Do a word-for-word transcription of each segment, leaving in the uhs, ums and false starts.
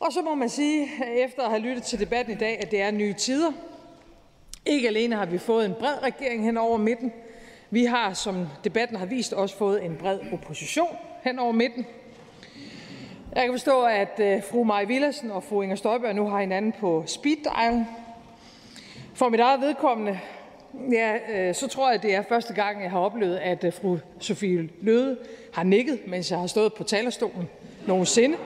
Og så må man sige, efter at have lyttet til debatten i dag, at det er nye tider. Ikke alene har vi fået en bred regering hen over midten. Vi har, som debatten har vist, også fået en bred opposition hen over midten. Jeg kan forstå, at uh, fru Mai Villadsen og fru Inger Støjberg nu har hinanden på speed dial. For mit eget vedkommende, ja, uh, så tror jeg, det er første gang, jeg har oplevet, at uh, fru Sophie Løhde har nikket, mens jeg har stået på talerstolen nogensinde.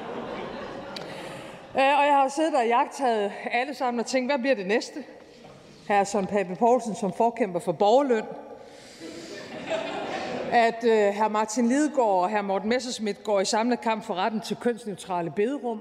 Uh, og jeg har siddet og jagttaget alle sammen og tænkt, hvad bliver det næste? Hr. Søren Pape Poulsen som forkæmper for borgerløn. At øh, hr. Martin Lidegaard og hr. Morten Messerschmidt går i samlet kamp for retten til kønsneutrale bederum.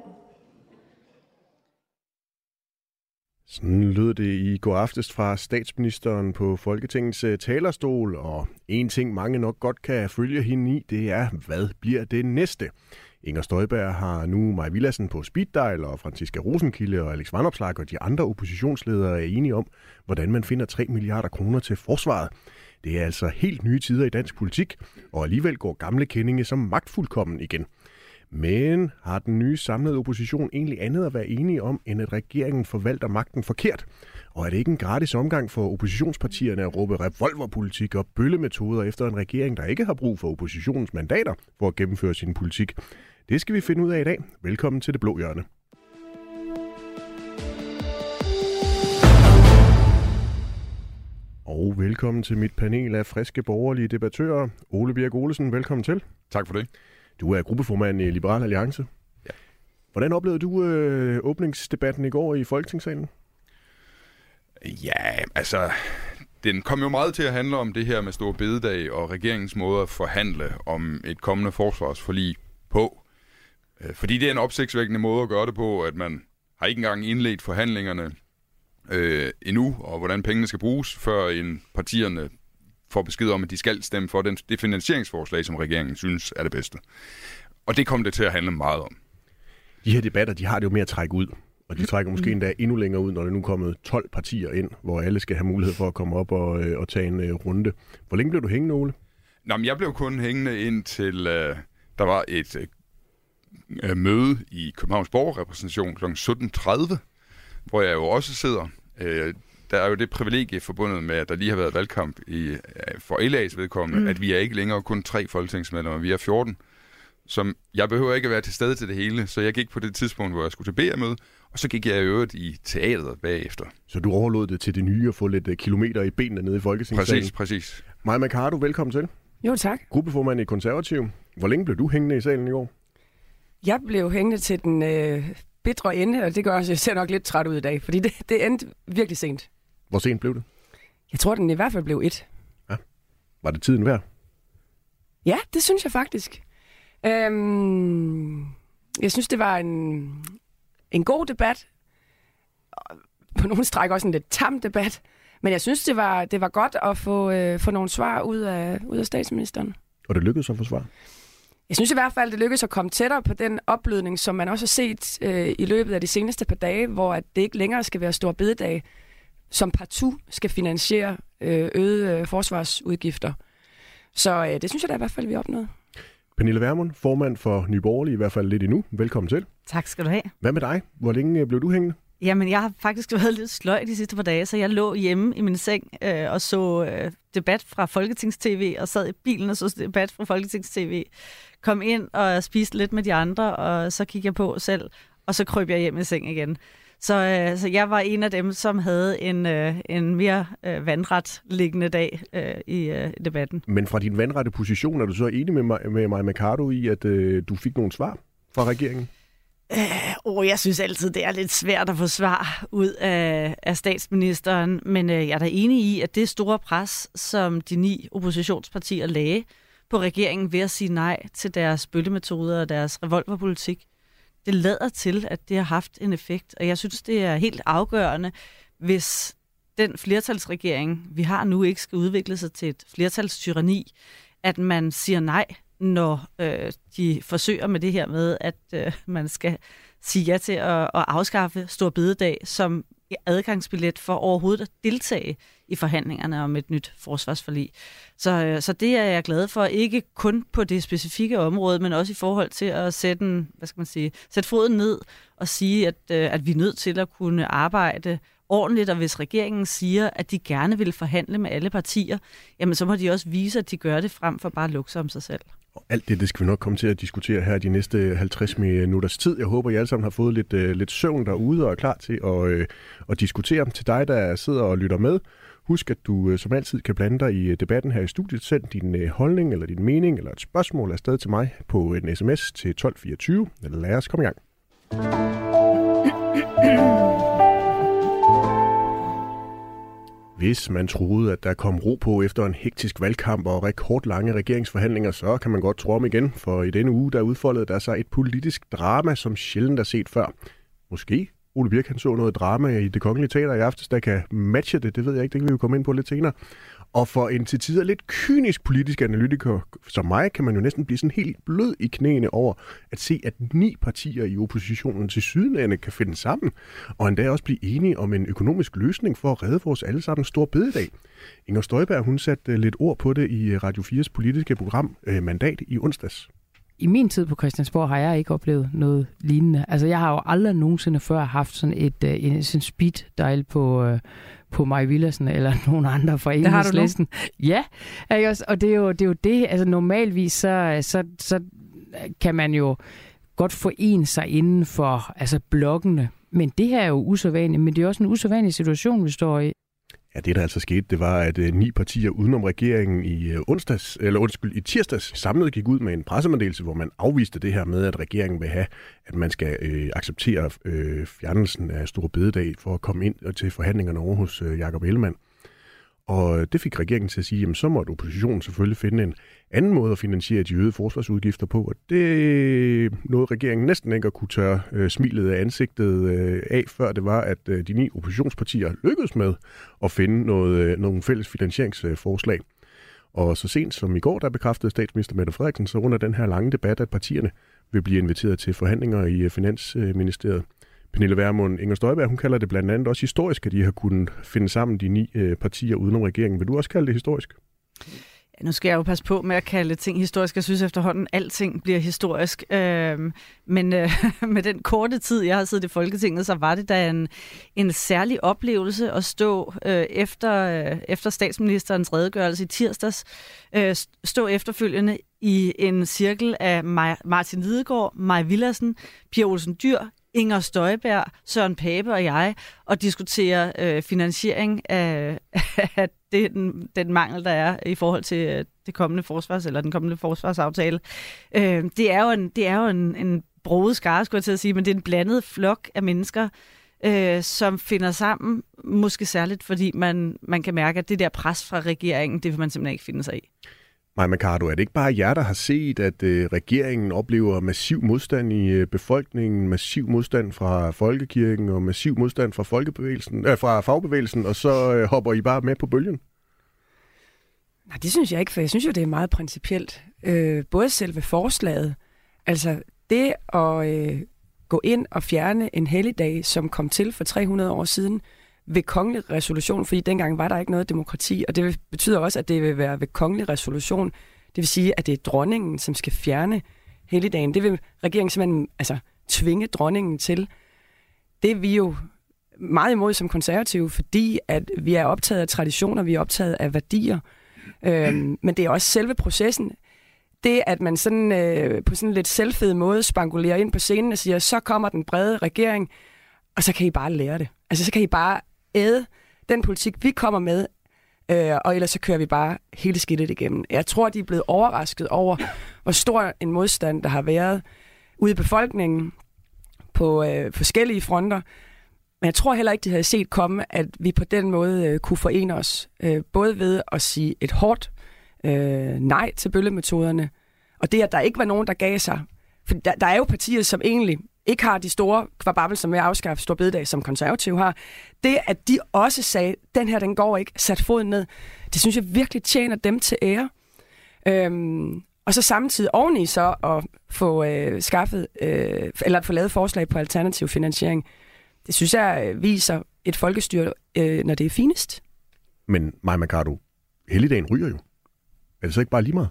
Sådan lød det i går aftes fra statsministeren på Folketingets talerstol, og en ting mange nok godt kan følge hende i, det er, hvad bliver det næste? Inger Støjberg har nu Mai Villadsen på speed dial, og Franciska Rosenkilde og Alex Vanopslagh og de andre oppositionsledere er enige om, hvordan man finder tre milliarder kroner til forsvaret. Det er altså helt nye tider i dansk politik, og alligevel går gamle kendinge som magtfuldkommen igen. Men har den nye samlede opposition egentlig andet at være enige om, end at regeringen forvalter magten forkert? Og er det ikke en gratis omgang for oppositionspartierne at råbe revolverpolitik og bøllemetoder efter en regering, der ikke har brug for oppositionens mandater for at gennemføre sin politik? Det skal vi finde ud af i dag. Velkommen til Det Blå Hjørne. Og velkommen til mit panel af friske borgerlige debattører. Ole Birk Olesen, velkommen til. Tak for det. Du er gruppeformand i Liberal Alliance. Ja. Hvordan oplevede du øh, åbningsdebatten i går i Folketingssalen? Ja, altså, den kom jo meget til at handle om det her med store bededag og regeringens måde at forhandle om et kommende forsvarsforlig på. Fordi det er en opsigtsvækkende måde at gøre det på, at man har ikke engang indledt forhandlingerne øh, endnu, og hvordan pengene skal bruges, før en partierne får besked om, at de skal stemme for den, det finansieringsforslag, som regeringen synes er det bedste. Og det kom det til at handle meget om. De her debatter, de har det jo med at trække ud, og de trækker måske endda endnu længere ud, når der nu er kommet tolv partier ind, hvor alle skal have mulighed for at komme op og, øh, og tage en øh, runde. Hvor længe blev du hængende, Ole? Nå, men jeg blev kun hængende indtil øh, der var et øh, møde i Københavns Borgerrepræsentation kl. sytten tredive, hvor jeg jo også sidder. Øh, Der er jo det privilegie forbundet med, at der lige har været valgkamp i, for L A's vedkommende, mm. at vi er ikke længere kun tre folketingsmedlemmer, vi er fjorten. Som jeg behøver ikke at være til stede til det hele, så jeg gik på det tidspunkt, hvor jeg skulle til B R-møde, og så gik jeg i øvrigt i teateret bagefter. Så du overlod det til det nye at få lidt kilometer i benene nede i Folketingssalen? Præcis, præcis. Maja Mercado, velkommen til. Jo, tak. Gruppeformand i Konservativ. Hvor længe blev du hængende i salen i går? Jeg blev hængende til den øh, bitre ende, og det gør også, jeg ser nok lidt træt ud i dag, fordi det, det endte virkelig sent. Hvor sent blev det? Jeg tror, den i hvert fald blev et. Ja. Var det tiden værd? Ja, det synes jeg faktisk. Øhm, jeg synes, det var en, en god debat. På nogle stræk også en lidt tam debat. Men jeg synes, det var, det var godt at få, øh, få nogle svar ud af, ud af statsministeren. Og det lykkedes at få svar? Jeg synes i hvert fald, det lykkedes at komme tættere på den opblødning, som man også har set øh, i løbet af de seneste par dage, hvor at det ikke længere skal være stor bededag, som partout skal finansiere øh, øgede øh, forsvarsudgifter. Så øh, det synes jeg da i hvert fald, vi opnåede. Pernille Vermund, formand for Nye Borgerlige, i hvert fald lidt endnu. Velkommen til. Tak skal du have. Hvad med dig? Hvor længe blev du hængende? Jamen, jeg har faktisk været lidt sløj de sidste par dage, så jeg lå hjemme i min seng øh, og så øh, debat fra Folketings-T V, og sad i bilen og så debat fra Folketings-T V. Kom ind og spiste lidt med de andre, og så kiggede jeg på selv, og så krøb jeg hjem i seng igen. Så, øh, så jeg var en af dem, som havde en, øh, en mere øh, vandret liggende dag øh, i øh, debatten. Men fra din vandrette position, er du så enig med mig, med Maja Mercado i, at øh, du fik nogle svar fra regeringen? Øh, oh, jeg synes altid, det er lidt svært at få svar ud af, af statsministeren, men øh, jeg er da enig i, at det store pres, som de ni oppositionspartier lagde på regeringen ved at sige nej til deres bøllemetoder og deres revolverpolitik, det lader til, at det har haft en effekt, og jeg synes, det er helt afgørende, hvis den flertalsregering, vi har nu, ikke skal udvikle sig til et flertalstyranni, at man siger nej, når øh, de forsøger med det her med, at øh, man skal sige ja til at, at afskaffe stor bededag, som adgangsbillet for overhovedet at deltage i forhandlingerne om et nyt forsvarsforlig. Så, så det er jeg glad for, ikke kun på det specifikke område, men også i forhold til at sætte, en, hvad skal man sige, sætte foden ned og sige, at, at vi er nødt til at kunne arbejde ordentligt, og hvis regeringen siger, at de gerne vil forhandle med alle partier, jamen så må de også vise, at de gør det frem for bare at lukke sig om sig selv. Alt det, det skal vi nok komme til at diskutere her de næste halvtreds minutters tid. Jeg håber, I alle sammen har fået lidt, uh, lidt søvn derude og er klar til at, uh, at diskutere. Til dig, der sidder og lytter med, husk, at du uh, som altid kan blande dig i debatten her i studiet. Send din uh, holdning eller din mening eller et spørgsmål afsted til mig på en sms til tolv fireogtyve. Lad os komme i gang. Hvis man troede, at der kom ro på efter en hektisk valgkamp og rekordlange regeringsforhandlinger, så kan man godt tro om igen, for i denne uge der udfoldede der sig et politisk drama, som sjældent er set før. Måske Ole Birk han så noget drama i Det Kongelige Teater i aftes, der kan matche det, det ved jeg ikke, det kan vi jo komme ind på lidt senere. Og for en til tider lidt kynisk politisk analytiker som mig, kan man jo næsten blive sådan helt blød i knæene over at se, at ni partier i oppositionen til sydenlande kan finde sammen, og endda også blive enige om en økonomisk løsning for at redde vores allesammen store bededag. Inger Støjberg, hun satte lidt ord på det i Radio fires politiske program Mandat i onsdags. I min tid på Christiansborg har jeg ikke oplevet noget lignende. Altså, jeg har jo aldrig nogensinde før haft sådan et uh, en, sådan speed dial på, uh, på Mai Villadsen eller nogen andre fra Enhedslisten. Ja, ikke også? Og det er jo det. Er jo det. Altså, normalvis så, så, så kan man jo godt forene sig inden for altså, blokkene. Men det her er jo usædvanligt, men det er også en usædvanlig situation, vi står i. Ja, det der altså skete, det var, at øh, ni partier udenom regeringen i øh, onsdags, eller undskyld, i tirsdags samlet gik ud med en pressemeddelelse, hvor man afviste det her med, at regeringen vil have, at man skal øh, acceptere øh, fjernelsen af Store Bededag for at komme ind til forhandlingerne over hos øh, Jakob Ellemann. Og det fik regeringen til at sige, jamen så måtte oppositionen selvfølgelig finde en anden måde at finansiere de øgede forsvarsudgifter på, og det nåede regeringen næsten ikke at kunne tørre øh, smilet af ansigtet øh, af, før det var, at øh, de ni oppositionspartier lykkedes med at finde noget, øh, nogle fælles finansieringsforslag. Og så sent som i går, der bekræftede statsminister Mette Frederiksen så under den her lange debat, at partierne vil blive inviteret til forhandlinger i Finansministeriet. Pernille Vermund, Inger Støjberg, hun kalder det blandt andet også historisk, at de har kunnet finde sammen de ni øh, partier udenom regeringen. Vil du også kalde det historisk? Ja, nu skal jeg jo passe på med at kalde ting historisk. Jeg synes efterhånden, alting bliver historisk. Øhm, men øh, med den korte tid, jeg har siddet i Folketinget, så var det da en, en særlig oplevelse at stå øh, efter, øh, efter statsministerens redegørelse i tirsdags, øh, stå efterfølgende i en cirkel af Martin Lidegaard, Mai Villadsen, Pia Olsen Dyhr, Inger Støjberg, Søren Pape og jeg, og diskutere øh, finansiering af, af den, den mangel, der er i forhold til det kommende forsvars, eller den kommende forsvarsaftale. Øh, det er jo en, det er jo en, en broget skare, skulle jeg til at sige, men det er en blandet flok af mennesker, øh, som finder sammen, måske særligt, fordi man, man kan mærke, at det der pres fra regeringen, det vil man simpelthen ikke finde sig i. Maja Mercado, er det ikke bare jer, der har set, at øh, regeringen oplever massiv modstand i øh, befolkningen, massiv modstand fra folkekirken og massiv modstand fra, folkebevægelsen, øh, fra fagbevægelsen, og så øh, hopper I bare med på bølgen? Nej, det synes jeg ikke, for jeg synes jo, det er meget principielt. Øh, både selve forslaget, altså det at øh, gå ind og fjerne en helligdag, som kom til for tre hundrede år siden, ved kongelig resolution, fordi dengang var der ikke noget demokrati, og det betyder også, at det vil være ved kongelig resolution. Det vil sige, at det er dronningen, som skal fjerne helligdagen. Det vil regeringen simpelthen altså, tvinge dronningen til. Det er vi jo meget imod som konservative, fordi at vi er optaget af traditioner, vi er optaget af værdier. Øhm, men det er også selve processen. Det, at man sådan, øh, på sådan en lidt selvfed måde spangulerer ind på scenen og siger, så kommer den brede regering, og så kan I bare lære det. Altså, så kan I bare æde den politik, vi kommer med, øh, og ellers så kører vi bare hele skidtet igennem. Jeg tror, de er blevet overrasket over, hvor stor en modstand, der har været ude i befolkningen på øh, forskellige fronter. Men jeg tror heller ikke, de havde set komme, at vi på den måde øh, kunne forene os. Øh, både ved at sige et hårdt øh, nej til bøllemetoderne, og det, at der ikke var nogen, der gav sig. For der, der er jo partier, som egentlig ikke har de store kvababelser med at afskaffe Store Bededag, som konservative har. Det, at de også sagde, den her, den går ikke, sat foden ned, det synes jeg virkelig tjener dem til ære. Øhm, og så samtidig oveni så at få øh, skaffet, øh, eller at få lavet forslag på alternativ finansiering, det synes jeg viser et folkestyre, øh, når det er finest. Men Mai Mercado, helligdagen ryger jo. Er det så ikke bare lige meget?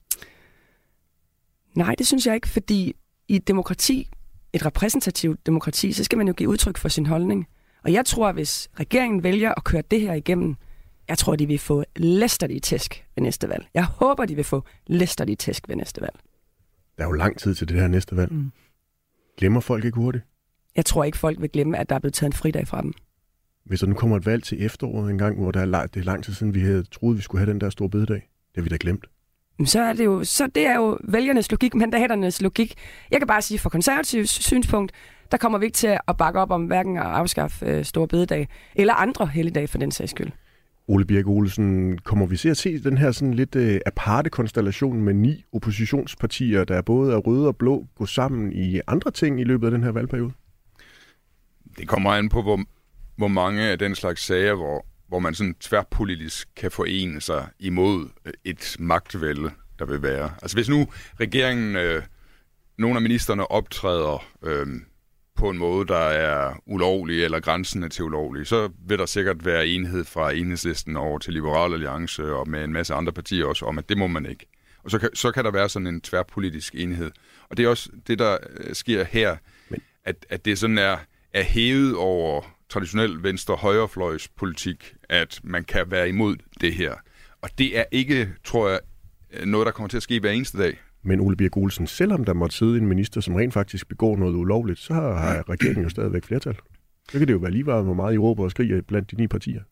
Nej, det synes jeg ikke, fordi i et demokrati, et repræsentativt demokrati, så skal man jo give udtryk for sin holdning. Og jeg tror, at hvis regeringen vælger at køre det her igennem, jeg tror, de vil få læsterlige tæsk ved næste valg. Jeg håber, de vil få læsterlige tæsk ved næste valg. Der er jo lang tid til det her næste valg. Mm. Glemmer folk ikke hurtigt? Jeg tror ikke, folk vil glemme, at der er blevet taget en fridag fra dem. Hvis der nu kommer et valg til efteråret en gang, hvor der er lang, det er lang tid siden, vi havde troet, vi skulle have den der store bededag, det har vi da glemt. Så er det jo, så det er jo vælgernes logik, mandaternes logik. Jeg kan bare sige, fra konservativs synspunkt, der kommer vi ikke til at bakke op om hverken at afskaffe øh, store bededag, eller andre helligdage for den sags skyld. Ole Birk Olesen, kommer vi til at se den her sådan lidt øh, aparte konstellation med ni oppositionspartier, der både er røde og blå, gå sammen i andre ting i løbet af den her valgperiode? Det kommer an på, hvor, hvor mange af den slags sager, hvor, hvor man sådan tværpolitisk kan forene sig imod et magtvælde, der vil være. Altså hvis nu regeringen, øh, nogle af ministerne optræder øh, på en måde, der er ulovlig eller grænsende til ulovlig, så vil der sikkert være enhed fra Enhedslisten over til Liberal Alliance og med en masse andre partier også om, at det må man ikke. Og så kan, så kan der være sådan en tværpolitisk enhed. Og det er også det, der sker her, at, at det sådan er, er hævet over traditionel venstre-højrefløjspolitik, at man kan være imod det her. Og det er ikke, tror jeg, noget, der kommer til at ske hver eneste dag. Men Ole Birk Olesen, selvom der måtte sidde en minister, som rent faktisk begår noget ulovligt, så har regeringen jo stadigvæk flertal. Så kan det jo være lige meget, hvor meget I råber og skriger blandt de ni partier.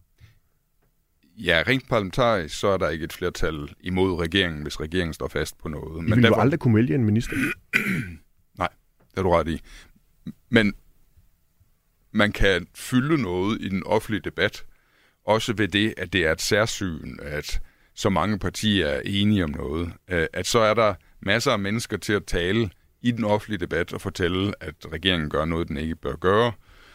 Ja, rent parlamentarisk, så er der ikke et flertal imod regeringen, hvis regeringen står fast på noget. I Men vil derfor... jo aldrig kunne vælge en minister. Nej, det er du ret i. Men man kan fylde noget i den offentlige debat, også ved det, at det er et særsyn, at så mange partier er enige om noget. At så er der masser af mennesker til at tale i den offentlige debat og fortælle, at regeringen gør noget, den ikke bør gøre.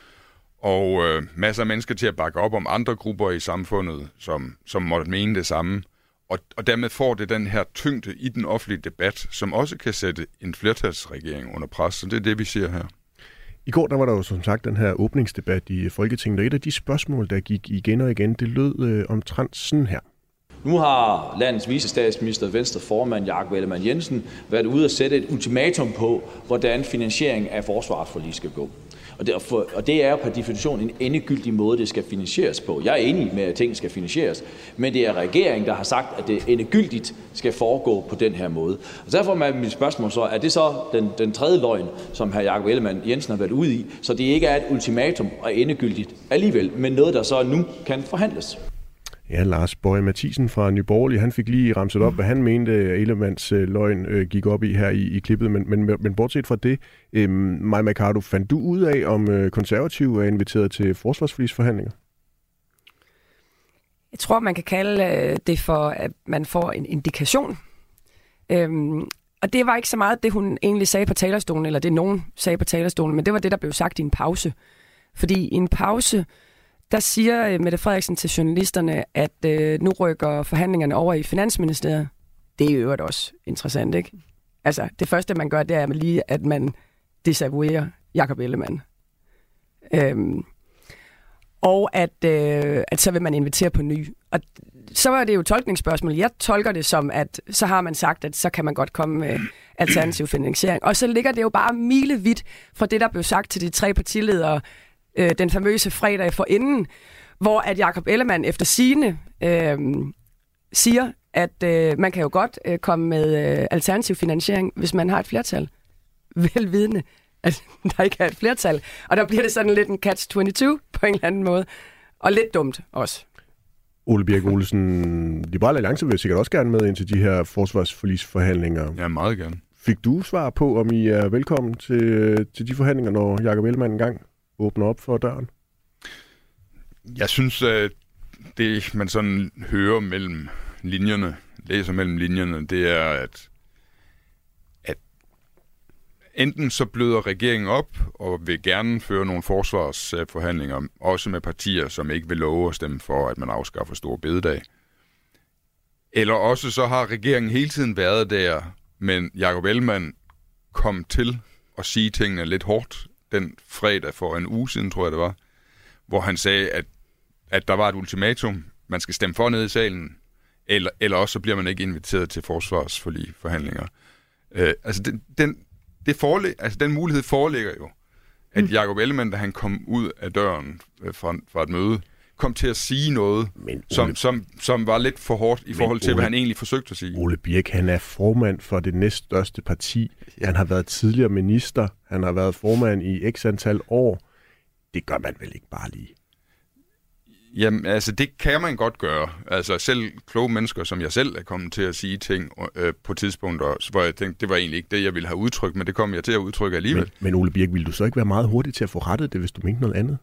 Og øh, masser af mennesker til at bakke op om andre grupper i samfundet, som, som måtte mene det samme. Og, og dermed får det den her tyngde i den offentlige debat, som også kan sætte en flertalsregering under pres. Så det er det, vi ser her. I går der var der jo som sagt den her åbningsdebat i Folketinget, og et af de spørgsmål, der gik igen og igen, det lød øh, omtrent sådan her. Nu har landets vicestatsminister, Venstre formand Jakob Ellemann-Jensen, været ude at sætte et ultimatum på, hvordan finansiering af forsvarsforlig skal gå. Og det, for, og det er jo per definition en endegyldig måde, det skal finansieres på. Jeg er enig med, at tingene skal finansieres, men det er regeringen, der har sagt, at det endegyldigt skal foregå på den her måde. Og derfor er mit spørgsmål så, er det så den, den tredje løgn, som hr. Jakob Ellemann-Jensen har været ude i, så det ikke er et ultimatum og endegyldigt alligevel, men noget, der så nu kan forhandles? Ja, Lars Boje Mathiesen fra Nye Borgerlige, han fik lige ramset op, hvad han mente, Ellemanns øh, løgn øh, gik op i her i, i klippet. Men, men, men bortset fra det, øh, Mai Mercado, fandt du ud af, om øh, konservative er inviteret til forsvarsforligsforhandlinger? Jeg tror, man kan kalde øh, det for, at man får en indikation. Øhm, og det var ikke så meget det, hun egentlig sagde på talerstolen, eller det nogen sagde på talerstolen, men det var det, der blev sagt i en pause. Fordi i en pause, der siger Mette Frederiksen til journalisterne, at øh, nu rykker forhandlingerne over i Finansministeriet. Det er jo øvrigt også interessant, ikke? Altså, det første, man gør, det er lige, at man desavouerer Jakob Ellemann. Øhm, og at, øh, at så vil man invitere på ny. Og så var det jo tolkningsspørgsmål. Jeg tolker det som, at så har man sagt, at så kan man godt komme med alternativ finansiering. Og så ligger det jo bare milevidt fra det, der blev sagt til de tre partiledere øh, den famøse fredag forinden, hvor at Jakob Ellemann efter sigende øh, siger, at øh, man kan jo godt øh, komme med øh, alternativ finansiering, hvis man har et flertal. Velvidende, at der ikke er et flertal. Og der bliver det sådan lidt en catch tyve på en eller anden måde. Og lidt dumt også. Ole Birk Olesen, Liberal Alliance vil sikkert også gerne med ind til de her forsvarsforligsforhandlinger. Ja, meget gerne. Fik du svar på, om I er velkommen til, til de forhandlinger, når Jakob Ellemann engang åbner op for døren? Jeg synes, at det, man sådan hører mellem linjerne, læser mellem linjerne, det er, at, at enten så bløder regeringen op og vil gerne føre nogle forsvarsforhandlinger, også med partier, som ikke vil love at stemme for, at man afskaffer store bededag. Eller også så har regeringen hele tiden været der, men Jakob Ellemann kom til at sige tingene lidt hårdt den fredag for en uge siden, tror jeg det var, hvor han sagde, at, at der var et ultimatum, man skal stemme for nede i salen, eller, eller også så bliver man ikke inviteret til forsvarsforlig forhandlinger. Øh, altså, den, den, det forelæg, altså, den mulighed foreligger jo, at Jakob Ellemann, da han kom ud af døren fra, fra et møde, kom til at sige noget, Ole, som, som, som var lidt for hårdt i forhold til, Ole, hvad han egentlig forsøgte at sige. Ole Birk, han er formand for det næststørste parti. Ja. Han har været tidligere minister. Han har været formand i x antal år. Det gør man vel ikke bare lige? Jamen, altså, det kan man godt gøre. Altså, selv kloge mennesker, som jeg selv er kommet til at sige ting øh, på tidspunkter, hvor jeg tænkte, det var egentlig ikke det, jeg ville have udtrykt, men det kom jeg til at udtrykke alligevel. Men, men Ole Birk, ville du så ikke være meget hurtig til at få rettet det, hvis du mente noget andet?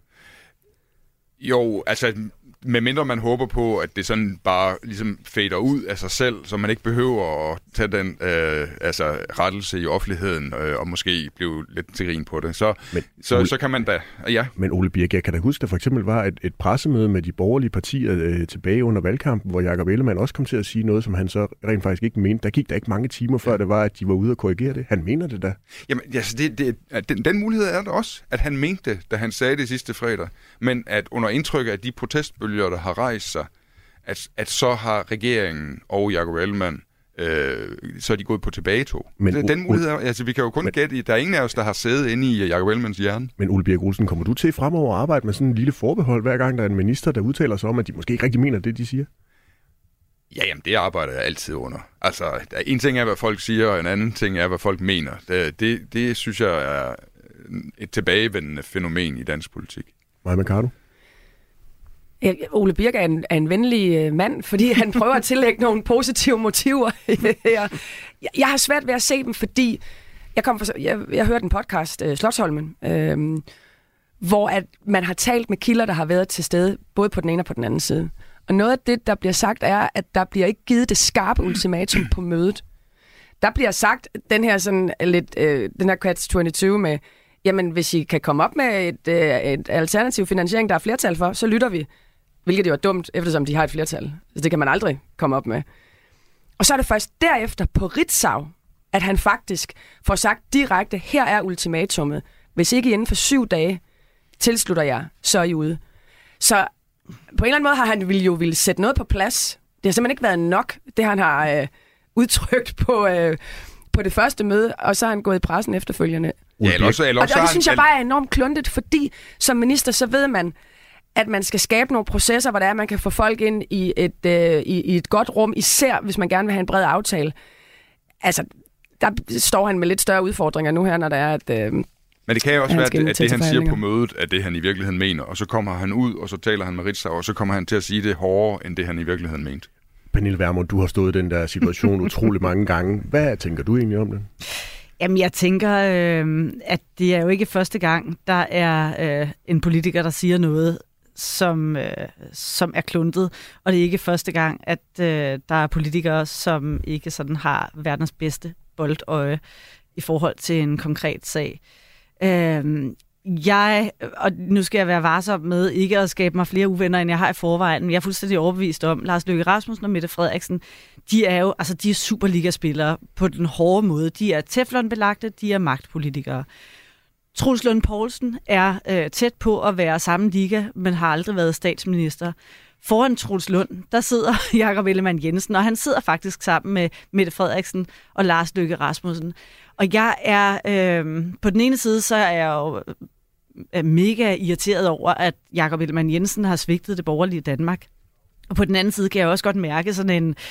Jo, altså, medmindre man håber på, at det sådan bare ligesom fader ud af sig selv, så man ikke behøver at tage den øh, altså, rettelse i offentligheden øh, og måske blive lidt til grin på det. Så, men, så, Ole, så kan man da, ja. Men Ole Birk, jeg kan da huske, der for eksempel var et, et pressemøde med de borgerlige partier øh, tilbage under valgkampen, hvor Jakob Ellemann også kom til at sige noget, som han så rent faktisk ikke mente. Der gik der ikke mange timer før, det var, at de var ude og korrigere det. Han mener det da. Jamen, altså, det, det, den, den mulighed er der også, at han mente det, da han sagde det sidste fredag. Men at under indtryk af de protestbølger, der har rejst sig, at, at så har regeringen og Jakob Ellemann, øh, så er de gået på tilbagetog. Men, den, den mulighed, altså vi kan jo kun men, gætte i, der er ingen af os, der har siddet inde i Jakob Ellemanns hjerne. Men Ole Birk Olesen, kommer du til fremover at arbejde med sådan en lille forbehold, hver gang der er en minister, der udtaler sig om, at de måske ikke rigtig mener det, de siger? Ja, jamen det arbejder jeg altid under. Altså, der, en ting er, hvad folk siger, og en anden ting er, hvad folk mener. Det, det, det synes jeg er et tilbagevendende fænomen i dansk politik. Maja Mercado? Ja, Ole Birk er en, er en venlig øh, mand, fordi han prøver at tillægge nogle positive motiver. jeg, jeg har svært ved at se dem, fordi jeg, kom for, jeg, jeg hørte en podcast, øh, Slotsholmen, øh, hvor at man har talt med kilder, der har været til stede, både på den ene og på den anden side. Og noget af det, der bliver sagt, er, at der bliver ikke givet det skarpe ultimatum på mødet. Der bliver sagt den her sådan lidt, øh, den her catch toogtyve med, jamen hvis I kan komme op med et, øh, et alternativ finansiering, der er flertal for, så lytter vi. Hvilket jo er dumt, eftersom de har et flertal. Så det kan man aldrig komme op med. Og så er det først derefter på Ritzau, at han faktisk får sagt direkte, her er ultimatummet. Hvis ikke inden for syv dage tilslutter jeg, så er I ude. Så på en eller anden måde har han jo ville sætte noget på plads. Det har simpelthen ikke været nok, det han har øh, udtrykt på, øh, på det første møde, og så har han gået i pressen efterfølgende. Ja, eller også, eller også og, og det synes jeg bare er enormt kluntet, fordi som minister, så ved man, at man skal skabe nogle processer, hvor der er, man kan få folk ind i et, øh, i, i et godt rum, især hvis man gerne vil have en bred aftale. Altså, der står han med lidt større udfordringer nu her, når der er, at... Øh, Men det kan jo også være, at, at det, han siger på mødet, er det, han i virkeligheden mener, og så kommer han ud, og så taler han med Ritzau, og så kommer han til at sige det hårdere, end det, han i virkeligheden mente. Pernille Vermund, du har stået i den der situation utrolig mange gange. Hvad tænker du egentlig om det? Jamen, jeg tænker, øh, at det er jo ikke første gang, der er øh, en politiker, der siger noget, som, øh, som er kluntet. Og det er ikke første gang, at øh, der er politikere, som ikke sådan har verdens bedste boldøje i forhold til en konkret sag. Øh, jeg, og nu skal jeg være varsom med ikke at skabe mig flere uvenner, end jeg har i forvejen, men jeg er fuldstændig overbevist om, Lars Løkke Rasmussen og Mette Frederiksen, de er jo altså, de er Superliga-spillere på den hårde måde. De er teflonbelagte, de er magtpolitikere. Troels Lund Poulsen er øh, tæt på at være samme liga, men har aldrig været statsminister. Foran Troels Lund, der sidder Jakob Ellemann Jensen, og han sidder faktisk sammen med Mette Frederiksen og Lars Løkke Rasmussen. Og jeg er, øh, på den ene side, så er jeg jo øh, mega irriteret over, at Jakob Ellemann Jensen har svigtet det borgerlige Danmark. Og på den anden side kan jeg også godt mærke sådan en...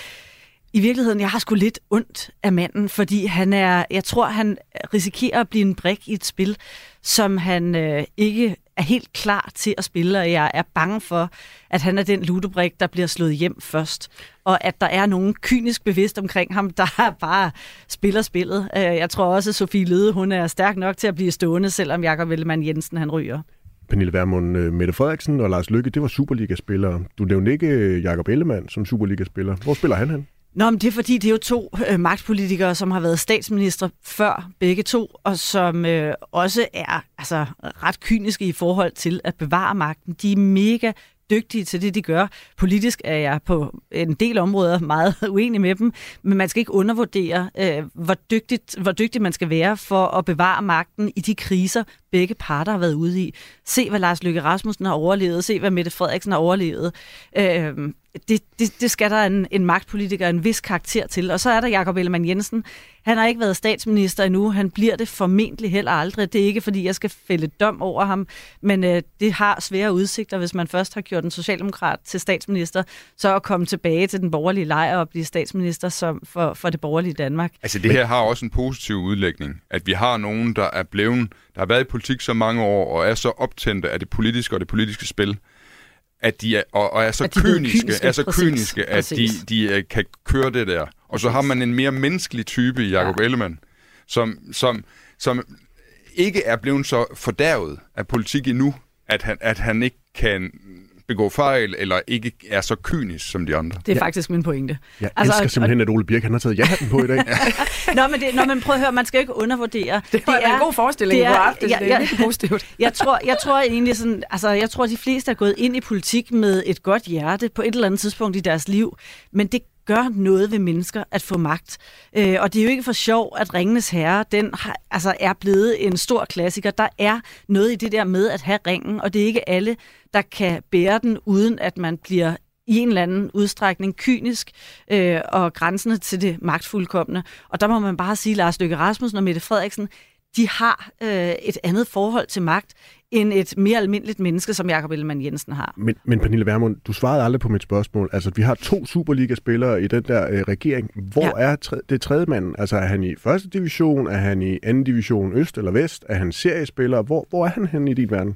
I virkeligheden, jeg har sgu lidt ondt af manden, fordi han er, jeg tror, han risikerer at blive en brik i et spil, som han øh, ikke er helt klar til at spille, og jeg er bange for, at han er den ludobrik, der bliver slået hjem først, og at der er nogen kynisk bevidst omkring ham, der bare spiller spillet. Jeg tror også, at Sofie Løhde, hun er stærk nok til at blive stående, selvom Jakob Ellemann Jensen, han ryger. Pernille Vermund, Mette Frederiksen og Lars Løkke, det var Superliga-spillere. Du nævnte ikke Jakob Ellemann som Superliga-spiller. Hvor spiller han hen? Nå, men det er fordi, det er jo to øh, magtpolitikere, som har været statsminister før begge to, og som øh, også er altså, ret kyniske i forhold til at bevare magten. De er mega dygtige til det, de gør. Politisk er jeg på en del områder meget uenig med dem, men man skal ikke undervurdere, øh, hvor, dygtigt, hvor dygtig man skal være for at bevare magten i de kriser, begge parter har været ude i. Se, hvad Lars Løkke Rasmussen har overlevet. Se, hvad Mette Frederiksen har overlevet. Øh, det, det, det skal der en, en magtpolitiker en vis karakter til. Og så er der Jakob Ellemann-Jensen. Han har ikke været statsminister endnu. Han bliver det formentlig heller aldrig. Det er ikke, fordi jeg skal fælde dom over ham, men øh, det har svære udsigter, hvis man først har gjort en socialdemokrat til statsminister, så at komme tilbage til den borgerlige lejr og blive statsminister som for, for det borgerlige Danmark. Altså det her har også en positiv udlægning, at vi har nogen, der er blevet, der har været i politik så mange år, og er så optændte af det politiske og det politiske spil, at de er, og, og er så kyniske, kyniske, er så præcis, kyniske at præcis. de, de kan køre det der. Og så har man en mere menneskelig type i Jakob ja. Ellemann, som, som, som ikke er blevet så fordærvet af politik endnu, at han, at han ikke kan begå fejl, eller ikke er så kynisk som de andre. Det er ja. faktisk min pointe. Jeg altså, elsker simpelthen, at Ole Birk han har taget ja-hatten på i dag. Nå, men, det, nå, men prøv at høre, man skal ikke undervurdere. Det var det er, en god forestilling i går aftes, det er ikke positivt. Jeg tror, jeg tror egentlig sådan, altså jeg tror, de fleste er gået ind i politik med et godt hjerte på et eller andet tidspunkt i deres liv, men det gør noget ved mennesker at få magt. Øh, og det er jo ikke for sjov, at Ringenes Herre, den har, altså er blevet en stor klassiker. Der er noget i det der med at have ringen, og det er ikke alle, der kan bære den, uden at man bliver i en eller anden udstrækning kynisk øh, og grænsende til det magtfuldkomne. Og der må man bare sige, at Lars Løkke Rasmussen og Mette Frederiksen, de har øh, et andet forhold til magt, end et mere almindeligt menneske, som Jakob Ellemann-Jensen har. Men, men Pernille Vermund, du svarede aldrig på mit spørgsmål. Altså, vi har to Superliga-spillere i den der øh, regering. Hvor ja. er tre, det tredje mand? Altså, er han i første division? Er han i anden division, øst eller vest? Er han seriespiller? Hvor, hvor er han henne i din verden?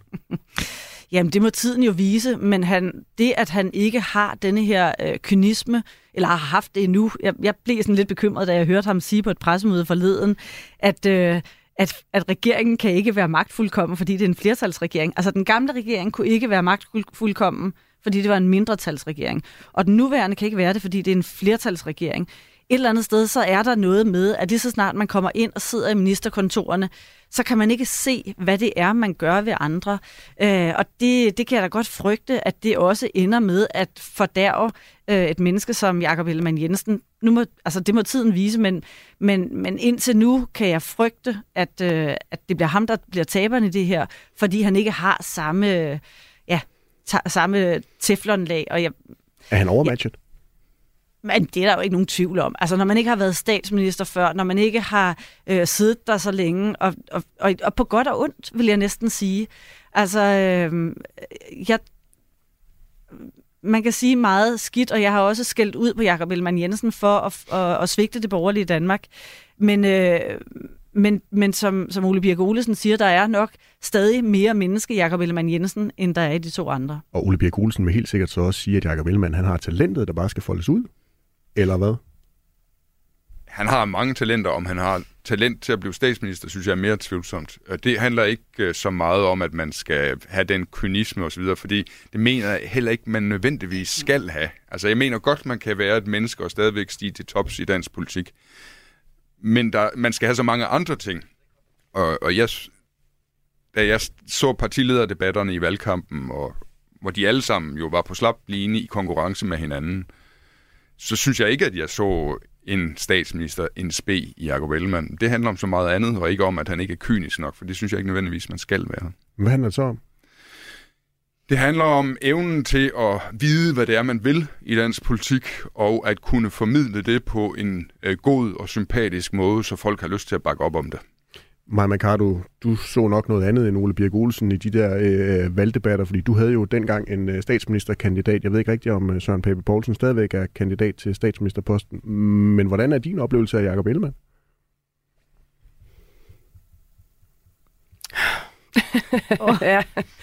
Jamen, det må tiden jo vise, men han, det, at han ikke har denne her øh, kynisme, eller har haft det endnu, jeg, jeg blev sådan lidt bekymret, da jeg hørte ham sige på et pressemøde forleden, at... Øh, At, at regeringen kan ikke være magtfuldkommen, fordi det er en flertalsregering. Altså, den gamle regering kunne ikke være magtfuldkommen, fordi det var en mindretalsregering. Og den nuværende kan ikke være det, fordi det er en flertalsregering. Et eller andet sted, så er der noget med, at lige så snart man kommer ind og sidder i ministerkontorerne, så kan man ikke se, hvad det er, man gør ved andre. Øh, og det, det kan jeg da godt frygte, at det også ender med at fordærve øh, et menneske som Jakob Ellemann-Jensen. Nu må, altså, det må tiden vise, men, men, men indtil nu kan jeg frygte, at, øh, at det bliver ham, der bliver taberen i det her, fordi han ikke har samme, ja, ta- samme teflonlag. Og jeg, er han overmatchet? Jeg, Men det er der jo ikke nogen tvivl om. Altså, når man ikke har været statsminister før, når man ikke har øh, siddet der så længe, og, og, og, og på godt og ondt, vil jeg næsten sige. Altså, øh, jeg, man kan sige meget skidt, og jeg har også skældt ud på Jakob Ellemann-Jensen for at, at, at svigte det borgerlige Danmark. Men, øh, men, men som, som Ole Birk Olesen siger, der er nok stadig mere menneske Jakob Ellemann-Jensen, end der er i de to andre. Og Ole Birk Olesen vil helt sikkert så også sige, at Jakob Ellemann, han har talentet, der bare skal foldes ud. Eller hvad? Han har mange talenter. Om han har talent til at blive statsminister, synes jeg er mere tvivlsomt. Det handler ikke så meget om, at man skal have den kynisme osv., fordi det mener jeg heller ikke, man nødvendigvis skal have. Altså, jeg mener godt, man kan være et menneske og stadigvæk stige til tops i dansk politik. Men der, man skal have så mange andre ting. Og, og jeg, da jeg så partilederdebatterne i valgkampen, og, hvor de alle sammen jo var på slap line i konkurrence med hinanden, så synes jeg ikke, at jeg så en statsminister, en spe i Jakob Ellemann. Det handler om så meget andet, og ikke om, at han ikke er kynisk nok, for det synes jeg ikke nødvendigvis, man skal være. Hvad handler det så om? Det handler om evnen til at vide, hvad det er, man vil i dansk politik, og at kunne formidle det på en øh, god og sympatisk måde, så folk har lyst til at bakke op om det. Maja Mercado, du så nok noget andet end Ole Birk Olesen i de der øh, valgdebatter, fordi du havde jo dengang en øh, statsministerkandidat. Jeg ved ikke rigtig, om øh, Søren Pape Poulsen stadigvæk er kandidat til statsministerposten. Men hvordan er din oplevelse af Jakob Ellemann? oh. ja.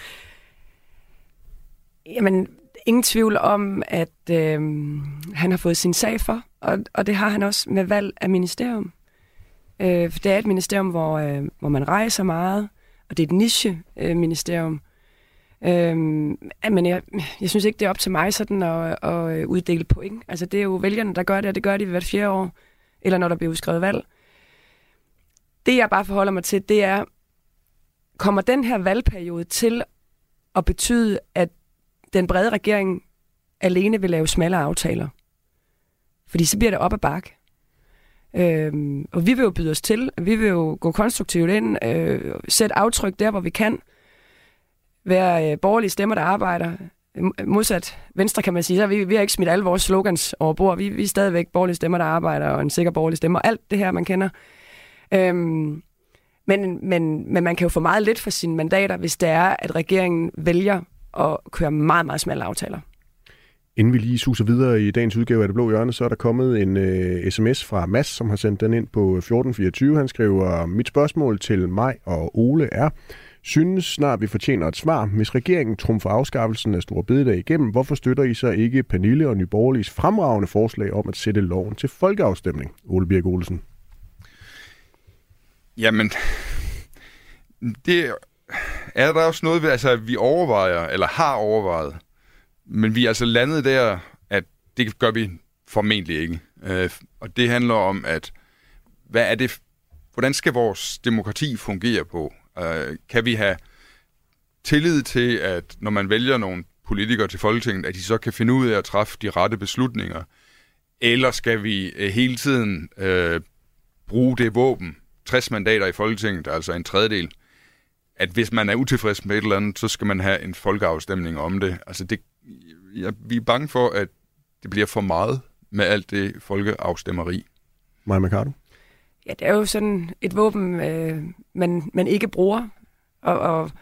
Jamen, ingen tvivl om, at øh, han har fået sin sag for, og, og det har han også med valg af ministerium. Øh, for det er et ministerium, hvor, øh, hvor man rejser meget, og det er et niche-ministerium. Øh, men jeg, jeg synes ikke, det er op til mig sådan at, at uddele point. Altså, det er jo vælgerne, der gør det, og det gør de hvert fjerde år, eller når der bliver udskrevet valg. Det, jeg bare forholder mig til, det er, kommer den her valgperiode til at betyde, at den brede regering alene vil lave smallere aftaler? Fordi så bliver det op ad bakke. Øhm, og vi vil jo byde os til. Vi vil jo gå konstruktivt ind, øh, sætte aftryk der, hvor vi kan. Være øh, borgerlige stemmer, der arbejder. Modsat Venstre, kan man sige, så vi, vi har ikke smidt alle vores slogans over bord. Vi, vi er stadigvæk borgerlige stemmer, der arbejder, og en sikker borgerlig stemme, og alt det her, man kender. Øhm, men, men, men man kan jo få meget lidt for sine mandater, hvis det er, at regeringen vælger at køre meget, meget smalle aftaler. Inden vi lige suser videre i dagens udgave af Det Blå Hjørne, så er der kommet en øh, sms fra Mads, som har sendt den ind på fjorten fireogtyve. Han skriver, mit spørgsmål til mig og Ole er, synes snart vi fortjener et svar. Hvis regeringen trumfer afskaffelsen af Store Bededag igennem, hvorfor støtter I så ikke Pernille og Nye Borgerliges fremragende forslag om at sætte loven til folkeafstemning? Ole Birk Olesen. Jamen, det er der også noget ved, altså vi overvejer, eller har overvejet, men vi er altså landet der, at det gør vi formentlig ikke. Øh, og det handler om, at hvad er det, hvordan skal vores demokrati fungere på? Øh, kan vi have tillid til, at når man vælger nogle politikere til Folketinget, at de så kan finde ud af at træffe de rette beslutninger? Eller skal vi øh, hele tiden øh, bruge det våben, tres mandater i Folketinget, altså en tredjedel, at hvis man er utilfreds med et eller andet, så skal man have en folkeafstemning om det. Altså det, ja, vi er bange for, at det bliver for meget med alt det folkeafstemmeri. Maja Mercado? Ja, det er jo sådan et våben, øh, man, man ikke bruger, og, og,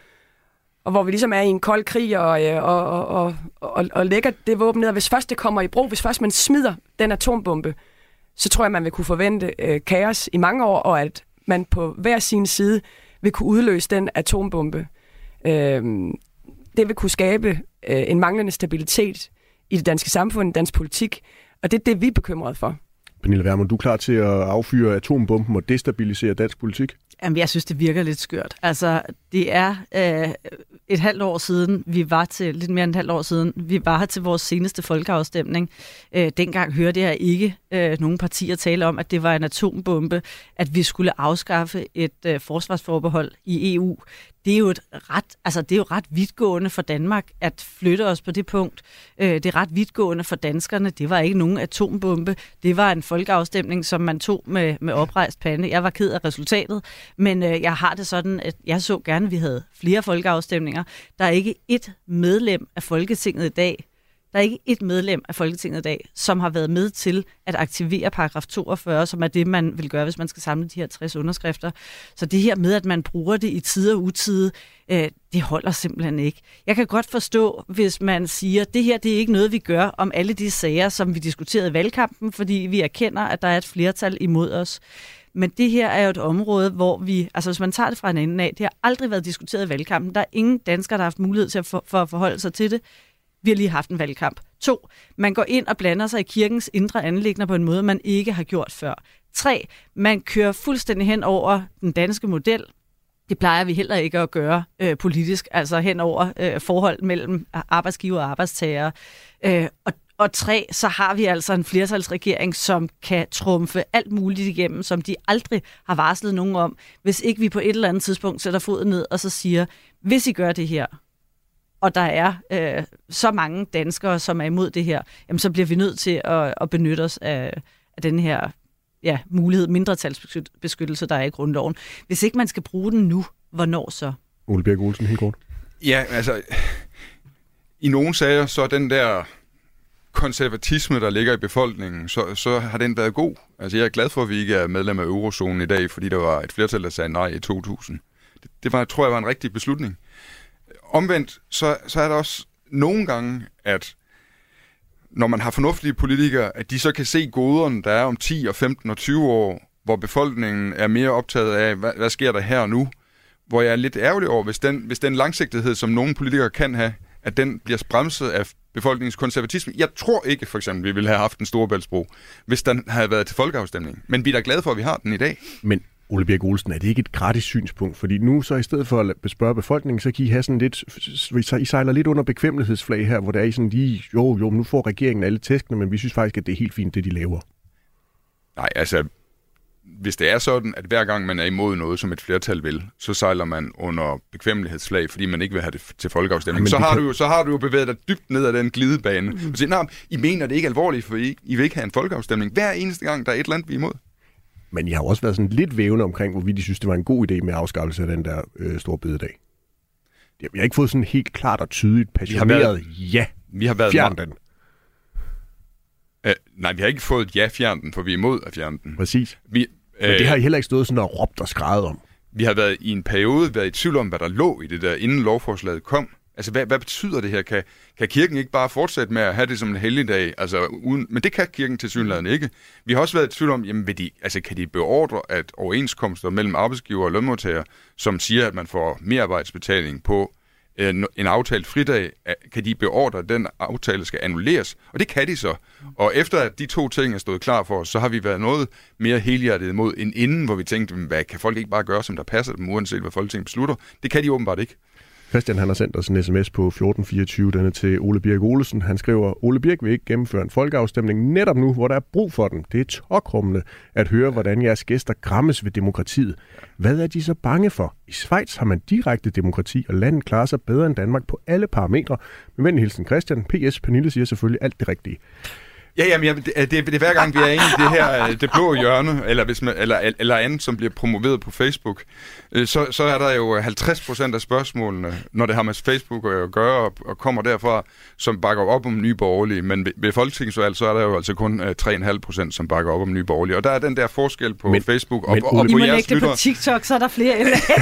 og hvor vi ligesom er i en kold krig, og, og, og, og, og, og lægger det våben ned. Og hvis først det kommer i brug, hvis først man smider den atombombe, så tror jeg, man vil kunne forvente øh, kaos i mange år, og at man på hver sin side vil kunne udløse den atombombe. Øh, det vil kunne skabe øh, en manglende stabilitet i det danske samfund, i dansk politik, og det er det, vi er bekymrede for. Pernille Vermund, du er klar til at affyre atombomben og destabilisere dansk politik? Jamen, jeg synes, det virker lidt skørt. Altså, det er øh, et halvt år siden, vi var til, lidt mere end et halvt år siden, vi var her til vores seneste folkeafstemning. Øh, dengang hørte jeg ikke øh, nogen partier tale om, at det var en atombombe, at vi skulle afskaffe et øh, forsvarsforbehold i E U. Det er jo et ret, altså det er jo ret vidtgående for Danmark at flytte os på det punkt. Øh, det er ret vidtgående for danskerne. Det var ikke nogen atombombe. Det var en folkeafstemning, som man tog med, med oprejst pande. Jeg var ked af resultatet, men øh, jeg har det sådan, at jeg så gerne, at vi havde flere folkeafstemninger. Der er ikke ét medlem af Folketinget i dag, Der er ikke et medlem af Folketinget i dag, som har været med til at aktivere paragraf toogfyrre, som er det, man vil gøre, hvis man skal samle de her tres underskrifter. Så det her med, at man bruger det i tide og utide, øh, det holder simpelthen ikke. Jeg kan godt forstå, hvis man siger, at det her det er ikke noget, vi gør om alle de sager, som vi diskuterede i valgkampen, fordi vi erkender, at der er et flertal imod os. Men det her er jo et område, hvor vi, altså hvis man tager det fra en ende af, det har aldrig været diskuteret i valgkampen. Der er ingen danskere, der har haft mulighed til at for, for at forholde sig til det. Vi har lige haft en valgkamp. To, man går ind og blander sig i kirkens indre anliggender på en måde, man ikke har gjort før. Tre, man kører fuldstændig hen over den danske model. Det plejer vi heller ikke at gøre øh, politisk, altså hen over øh, forhold mellem arbejdsgiver og arbejdstager. Øh, og Og tre, så har vi altså en flertalsregering, som kan trumfe alt muligt igennem, som de aldrig har varslet nogen om, hvis ikke vi på et eller andet tidspunkt sætter foden ned og så siger, hvis I gør det her, og der er øh, så mange danskere, som er imod det her, jamen så bliver vi nødt til at, at benytte os af, af den her ja, mulighed, mindretalsbeskyttelse, der er i grundloven. Hvis ikke man skal bruge den nu, hvornår så? Ole Birk Olesen, helt kort. Ja, altså, i nogle sager, så er den der konservatisme, der ligger i befolkningen, så, så har den været god. Altså, jeg er glad for, at vi ikke er medlem af eurozonen i dag, fordi der var et flertal, der sagde nej i to tusind. Det, det var, tror jeg var en rigtig beslutning. Omvendt, så, så er der også nogle gange, at når man har fornuftige politikere, at de så kan se goderne, der er om ti og femten og tyve år, hvor befolkningen er mere optaget af, hvad, hvad sker der her og nu, hvor jeg er lidt ærgerlig over, hvis den, hvis den langsigtighed, som nogle politikere kan have, at den bliver bremset af befolkningens konservatisme. Jeg tror ikke, for eksempel, vi ville have haft en Storebæltsbro, hvis den havde været til folkeafstemning. Men vi er da glade for, at vi har den i dag. Men Ole Birk Olesen, er det ikke et gratis synspunkt? Fordi nu så i stedet for at spørge befolkningen, så kan I have sådan lidt, I sejler lidt under bekvemmelighedsflag her, hvor der er I sådan lige, jo jo, nu får regeringen alle tæskene, men vi synes faktisk, at det er helt fint, det de laver. Nej, altså, hvis det er sådan, at hver gang man er imod noget, som et flertal vil, så sejler man under bekvemmelighedsflag, fordi man ikke vil have det til folkeafstemning. Så har, kan... du jo, så har du jo bevæget dig dybt ned ad den glidebane. Mm. Og siger, nej, I mener det ikke alvorligt, for I, I vil ikke have en folkeafstemning. Hver eneste gang, der er et eller andet, vi er imod. Men I har jo også været sådan lidt vævende omkring, hvorvidt de synes, det var en god idé med afskaffelse af den der øh, store bededag. Jeg har ikke fået sådan helt klart og tydeligt passioneret været, ja, vi har været fjern den. Uh, nej, vi har ikke fået et ja, fjern den, for vi er imod at fjerne den. Præcis. Vi, uh, Men det har I heller ikke stået sådan og råbt og skreget om. Vi har været i en periode været i tvivl om, hvad der lå i det der, inden lovforslaget kom. Altså, hvad, hvad betyder det her? Kan, kan kirken ikke bare fortsætte med at have det som en helligdag? Altså, uden, men det kan kirken tilsyneladende ikke. Vi har også været i tvivl om, jamen, vil de, altså, kan de beordre, at overenskomster mellem arbejdsgiver og lønmodtagere, som siger, at man får merarbejdsbetaling på en, en aftalt fridag, kan de beordre, at den aftale skal annulleres? Og det kan de så. Og efter at de to ting er stået klar for os, så har vi været noget mere helhjertet imod end inden, hvor vi tænkte, hvad kan folk ikke bare gøre, som der passer dem, uanset hvad Folketinget beslutter? Det kan de åbenbart ikke. Christian, han har sendt os en sms på fjorten fireogtyve, denne til Ole Birk Olesen. Han skriver, Ole Birk vil ikke gennemføre en folkeafstemning netop nu, hvor der er brug for den. Det er tåkrummende at høre, hvordan jeres gæster grammes ved demokratiet. Hvad er de så bange for? I Schweiz har man direkte demokrati, og landet klarer sig bedre end Danmark på alle parametre. Med venlig hilsen Christian. P S. Pernille siger selvfølgelig alt det rigtige. Ja, jamen, ja, det, det, det er hver gang, vi er inde i det her, det blå hjørne, eller, hvis man, eller, eller andet, som bliver promoveret på Facebook, så, så er der jo halvtreds procent af spørgsmålene, når det har med Facebook at gøre, og, og kommer derfra, som bakker op om Nye Borgerlige. Men ved, ved folketingsvalg, så er der jo altså kun tre komma fem procent, som bakker op om Nye Borgerlige. Og der er den der forskel på men, Facebook og, men, og, og på på jeres lytter. på TikTok, så er der flere.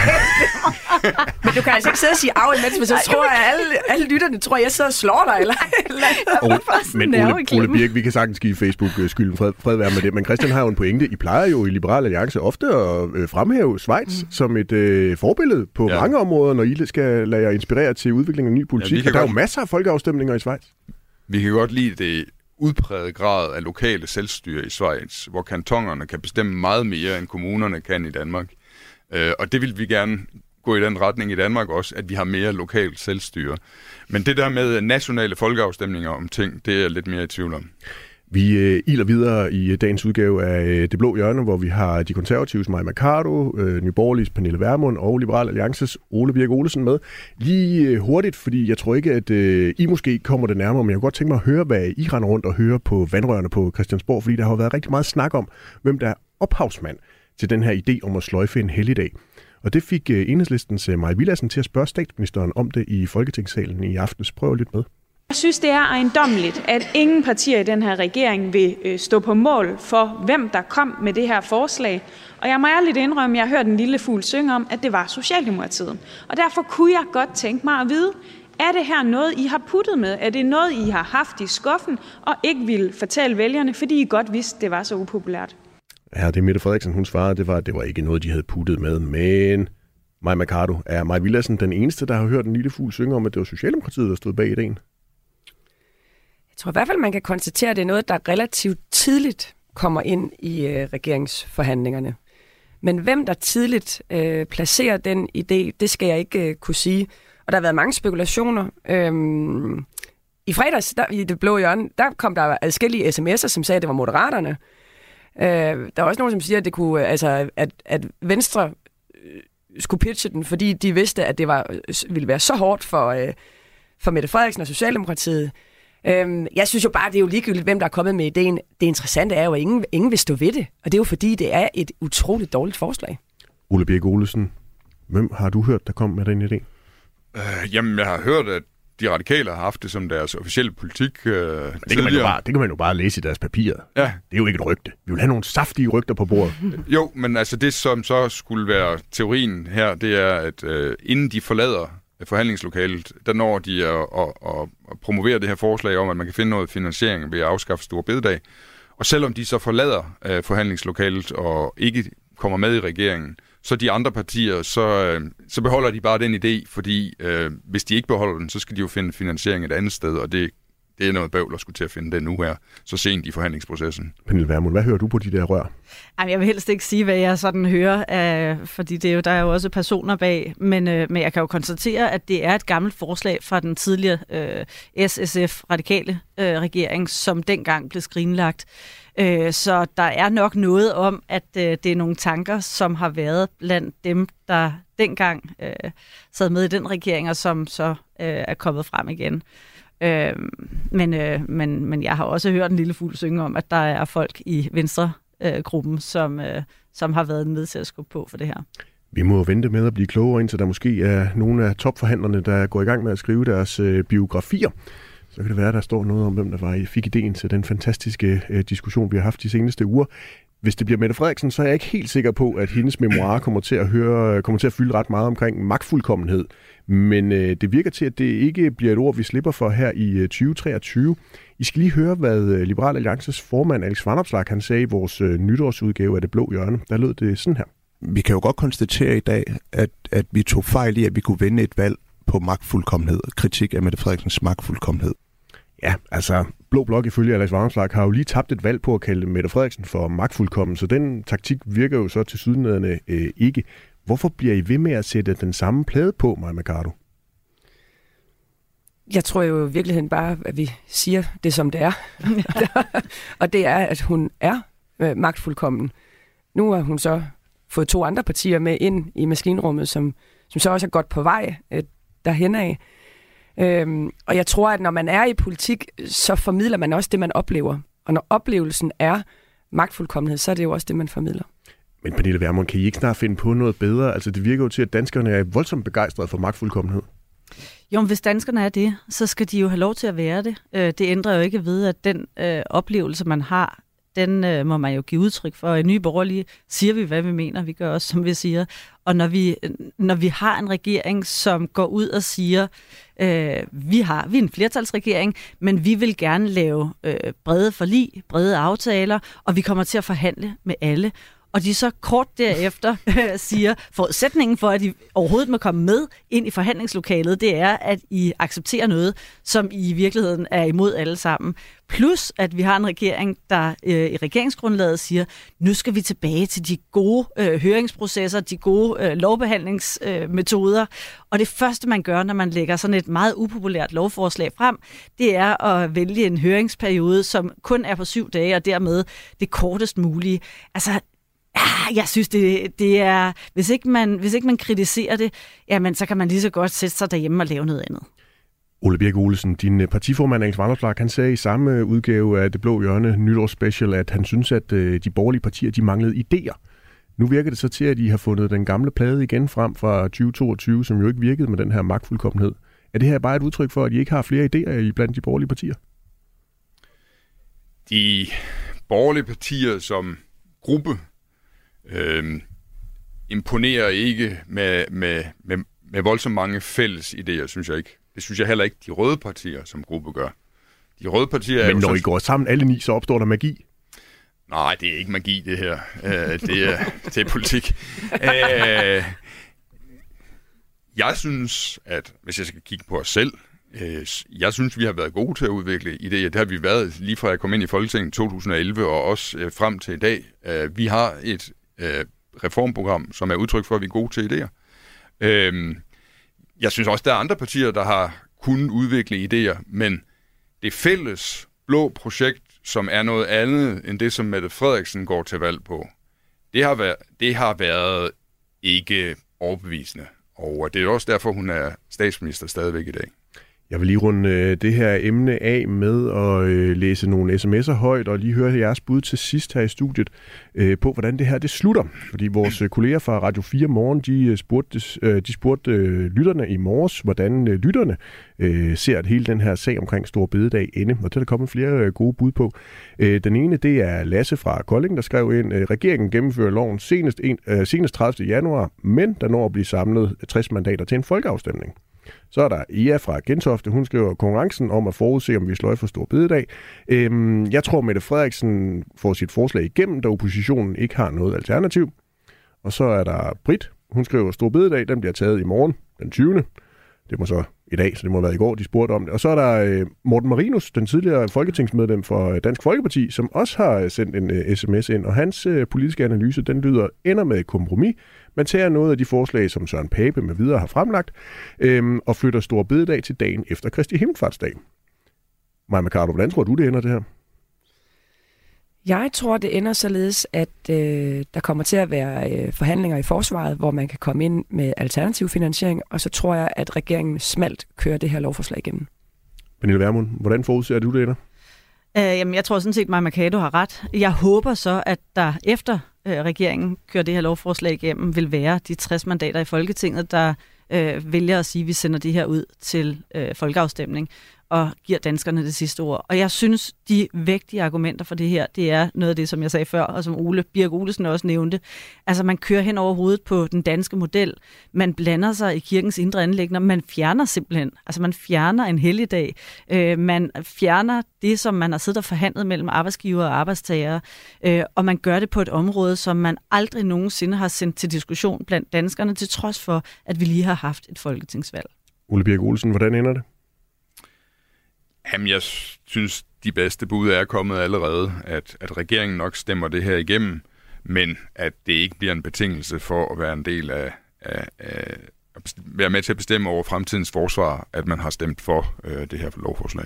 Men du kan altså ikke sidde og sige af imens, men så tror jeg, at alle, alle lytterne tror, at jeg sidder og slår dig. Eller, eller, Ole, men Ole, Ole Birk, vi kan sagtens give Facebook skylden, fred, fred være med det. Men Christian har jo en pointe. I plejer jo i Liberal Alliance ofte at øh, fremhæve Schweiz mm. som et øh, forbillede på ja. mange områder, når I skal lade jer inspirere til udviklingen af ny politik. Ja, der er jo masser af folkeafstemninger i Schweiz. Vi kan godt lide det udpræget grad af lokale selvstyre i Schweiz, hvor kantonerne kan bestemme meget mere, end kommunerne kan i Danmark. Øh, og det vil vi gerne gå i den retning i Danmark også, at vi har mere lokalt selvstyre. Men det der med nationale folkeafstemninger om ting, det er jeg lidt mere i tvivl om. Vi øh, iler videre i dagens udgave af øh, Det Blå Hjørne, hvor vi har de konservatives Mai Mercado, øh, Nye Borgerliges Pernille Vermund og Liberal Alliances Ole Birk Olesen med. Lige øh, hurtigt, fordi jeg tror ikke, at øh, I måske kommer det nærmere, men jeg kunne godt tænke mig at høre, hvad I render rundt og høre på vandrørene på Christiansborg, fordi der har været rigtig meget snak om, hvem der er ophavsmand til den her idé om at sløjfe en helligdag. Og det fik øh, Enhedslistens øh, Mai Villadsen til at spørge statsministeren om det i Folketingssalen i aftes. Prøv at lytte med. Jeg synes, det er ejendommeligt, at ingen partier i den her regering vil øh, stå på mål for, hvem der kom med det her forslag. Og jeg må ærligt indrømme, at jeg hørte en lille fugl synge om, at det var Socialdemokratiet. Og derfor kunne jeg godt tænke mig at vide, er det her noget, I har puttet med? Er det noget, I har haft i skuffen og ikke ville fortælle vælgerne, fordi I godt vidste, det var så upopulært? Ja, det er Mette Frederiksen, hun svarede, det var, det var ikke noget, de havde puttet med, men Mai Mercado, er Mai Villadsen den eneste, der har hørt en lille fugl synge om, at det var Socialdemokratiet, der stod bag ideen? Jeg tror i hvert fald, man kan konstatere, at det er noget, der relativt tidligt kommer ind i øh, regeringsforhandlingerne. Men hvem der tidligt øh, placerer den idé, det skal jeg ikke øh, kunne sige. Og der har været mange spekulationer. Øhm, I fredags, der, i Det Blå Hjørne, der kom der adskillige sms'er, som sagde, at det var Moderaterne. Øh, der er også nogen, som siger, at, det kunne, altså, at, at Venstre øh, skulle pitche den, fordi de vidste, at det var, ville være så hårdt for, øh, for Mette Frederiksen og Socialdemokratiet. Øhm, jeg synes jo bare, det er jo ligegyldigt, hvem der er kommet med ideen. Det interessante er jo, at ingen, ingen vil stå ved det. Og det er jo fordi, det er et utroligt dårligt forslag. Ole Birk Olesen, hvem har du hørt, der kom med den idé? Øh, jamen, jeg har hørt, at de radikale har haft det som deres officielle politik øh, det, kan man jo bare, det kan man jo bare læse i deres papirer. Ja. Det er jo ikke et rygte. Vi vil have nogle saftige rygter på bordet. Jo, men altså det, som så skulle være teorien her, det er, at øh, inden de forlader forhandlingslokalet, der når de at, at, at, at promovere det her forslag om, at man kan finde noget finansiering ved at afskaffe store bededag. Og selvom de så forlader uh, forhandlingslokalet og ikke kommer med i regeringen, så de andre partier, så, uh, så beholder de bare den idé, fordi uh, hvis de ikke beholder den, så skal de jo finde finansiering et andet sted, og det, det er noget bøvl at skulle til at finde den nu her, så sent i forhandlingsprocessen. Pernille Vermund, hvad hører du på de der rør? Jamen, jeg vil helst ikke sige, hvad jeg sådan hører, øh, fordi det er jo, der er jo også personer bag, men, øh, men jeg kan jo konstatere, at det er et gammelt forslag fra den tidligere øh, S S F-radikale øh, regering, som dengang blev skrinlagt. Øh, så der er nok noget om, at øh, det er nogle tanker, som har været blandt dem, der dengang øh, sad med i den regering, og som så øh, er kommet frem igen. Øh, men, øh, men, men jeg har også hørt en lille fugl synge om, at der er folk i Venstre Venstre-gruppen, som, øh, som har været med til at skubbe på for det her. Vi må vente med at blive klogere, indtil der måske er nogle af topforhandlerne, der går i gang med at skrive deres øh, biografier. Så kan det være, at der står noget om, hvem der var, fik idéen til den fantastiske øh, diskussion, vi har haft de seneste uger. Hvis det bliver Mette Frederiksen, så er jeg ikke helt sikker på, at hendes memoir kommer til at, høre, kommer til at fylde ret meget omkring magtfuldkommenhed. Men øh, det virker til, at det ikke bliver et ord, vi slipper for her i øh, tyve treogtyve. I skal lige høre, hvad Liberal Alliances formand Alex Vanopslagh han sagde i vores øh, nytårsudgave af Det Blå Hjørne. Der lød det sådan her. Vi kan jo godt konstatere i dag, at, at vi tog fejl i, at vi kunne vinde et valg på magtfuldkommenhed. Kritik af Mette Frederiksens magtfuldkommenhed. Ja, altså Blå Blok ifølge Alex Vanopslagh har jo lige tabt et valg på at kalde Mette Frederiksen for magtfuldkommen, så den taktik virker jo så til sydenladende øh, ikke. Hvorfor bliver I ved med at sætte den samme plade på, Mai Mercado? Jeg tror jo i virkeligheden bare, at vi siger det, som det er. Og det er, at hun er øh, magtfuldkommen. Nu har hun så fået to andre partier med ind i maskinrummet, som, som så også er godt på vej øh, derhen af. Øhm, og jeg tror, at når man er i politik, så formidler man også det, man oplever. Og når oplevelsen er magtfuldkommenhed, så er det jo også det, man formidler. Men Pernille Vermund, kan I ikke snart finde på noget bedre? Altså det virker jo til, at danskerne er voldsomt begejstrede for magtfuldkommenhed. Jo, men hvis danskerne er det, så skal de jo have lov til at være det. Det ændrer jo ikke ved, at den øh, oplevelse, man har, den øh, må man jo give udtryk for. I Nye Borgerlige siger vi, hvad vi mener. Vi gør også, som vi siger. Og når vi, når vi har en regering, som går ud og siger, øh, vi har vi er en flertalsregering, men vi vil gerne lave øh, brede forlig, brede aftaler, og vi kommer til at forhandle med alle. Og de så kort derefter øh, siger, forudsætningen for, at I overhovedet må komme med ind i forhandlingslokalet, det er, at I accepterer noget, som I i virkeligheden er imod alle sammen. Plus, at vi har en regering, der øh, i regeringsgrundlaget siger, nu skal vi tilbage til de gode øh, høringsprocesser, de gode øh, lovbehandlingsmetoder. Øh, og det første, man gør, når man lægger sådan et meget upopulært lovforslag frem, det er at vælge en høringsperiode, som kun er på syv dage, og dermed det kortest mulige. Altså, jeg synes, det, det er... Hvis ikke, man, hvis ikke man kritiserer det, jamen, så kan man lige så godt sætte sig derhjemme og lave noget andet. Ole Birk Olesen, din partiformand Alex Vanopslagh, han sagde i samme udgave af Det Blå Hjørne nytårsspecial, at han synes, at de borgerlige partier de manglede idéer. Nu virker det så til, at I har fundet den gamle plade igen frem fra tyve toogtyve, som jo ikke virkede med den her magtfuldkommenhed. Er det her bare et udtryk for, at I ikke har flere idéer i blandt de borgerlige partier? De borgerlige partier som gruppe Øhm, imponerer ikke med, med, med, med voldsomt mange fælles idéer, synes jeg ikke. Det synes jeg heller ikke, de røde partier som gruppe gør. De røde partier Men er når jo I går sammen alle ni, så opstår der magi? Nej, det er ikke magi, det her. øh, det, er, det er politik. øh, jeg synes, at hvis jeg skal kigge på os selv, øh, jeg synes, vi har været gode til at udvikle idéer. Det har vi været lige fra jeg kom ind i Folketinget i to tusind og elleve og også øh, frem til i dag. Øh, vi har et Øh, reformprogram, som er udtryk for, at vi er gode til idéer. Øh, jeg synes også, der er andre partier, der har kunnet udvikle idéer, men det fælles blå projekt, som er noget andet end det, som Mette Frederiksen går til valg på, det har været, det har været ikke overbevisende. Og det er også derfor, hun er statsminister stadigvæk i dag. Jeg vil lige runde øh, det her emne af med at øh, læse nogle sms'er højt og lige høre jeres bud til sidst her i studiet øh, på, hvordan det her det slutter. Fordi vores øh, kolleger fra Radio fire Morgen, de spurgte, øh, de spurgte øh, lytterne i morges, hvordan øh, lytterne øh, ser at hele den her sag omkring Store Bededag ende. Og det er der kommet flere øh, gode bud på. Øh, den ene, det er Lasse fra Kolding, der skrev ind, øh, regeringen gennemfører loven senest, en, øh, senest tredivte januar, men der når at blive samlet tres mandater til en folkeafstemning. Så er der Ea fra Gentofte, hun skriver konkurrencen om at forudse, om vi sløjfer Store Bededag. Øhm, jeg tror, Mette Frederiksen får sit forslag igennem, da oppositionen ikke har noget alternativ. Og så er der Britt, hun skriver, Store Bededag, den bliver taget i morgen, den tyvende Det må så i dag, så det må have været i går, de spurgte om det. Og så er der øh, Morten Marinus, den tidligere folketingsmedlem for Dansk Folkeparti, som også har sendt en øh, sms ind, og hans øh, politiske analyse, den lyder, ender med et kompromis. Man tager noget af de forslag, som Søren Pape med videre har fremlagt, øh, og flytter Store Bededag til dagen efter Kristi Himmelfartsdag. Mai Mercado, hvordan tror du, det ender det her? Jeg tror, det ender således, at øh, der kommer til at være øh, forhandlinger i forsvaret, hvor man kan komme ind med alternativ finansiering, og så tror jeg, at regeringen smalt kører det her lovforslag igennem. Pernille Vermund, hvordan forudser du, det ender? Uh, jamen, jeg tror sådan set, at Mai Mercado har ret. Jeg håber så, at der efter uh, regeringen kører det her lovforslag igennem, vil være de tres mandater i Folketinget, der uh, vælger at sige, at vi sender det her ud til uh, folkeafstemning og giver danskerne det sidste ord. Og jeg synes, de vægtige argumenter for det her, det er noget af det, som jeg sagde før, og som Ole Birk Olesen også nævnte. Altså, man kører hen over hovedet på den danske model. Man blander sig i kirkens indre anliggender. Man fjerner simpelthen, altså man fjerner en helligdag. Øh, man fjerner det, som man har siddet og forhandlet mellem arbejdsgiver og arbejdstagere. Øh, og man gør det på et område, som man aldrig nogensinde har sendt til diskussion blandt danskerne, til trods for, at vi lige har haft et folketingsvalg. Ole Birk Olesen, hvordan ender det? Jamen, jeg synes, de bedste bud er kommet allerede, at, at regeringen nok stemmer det her igennem, men at det ikke bliver en betingelse for at være en del af, af, af at være med til at bestemme over fremtidens forsvar, at man har stemt for øh, det her lovforslag.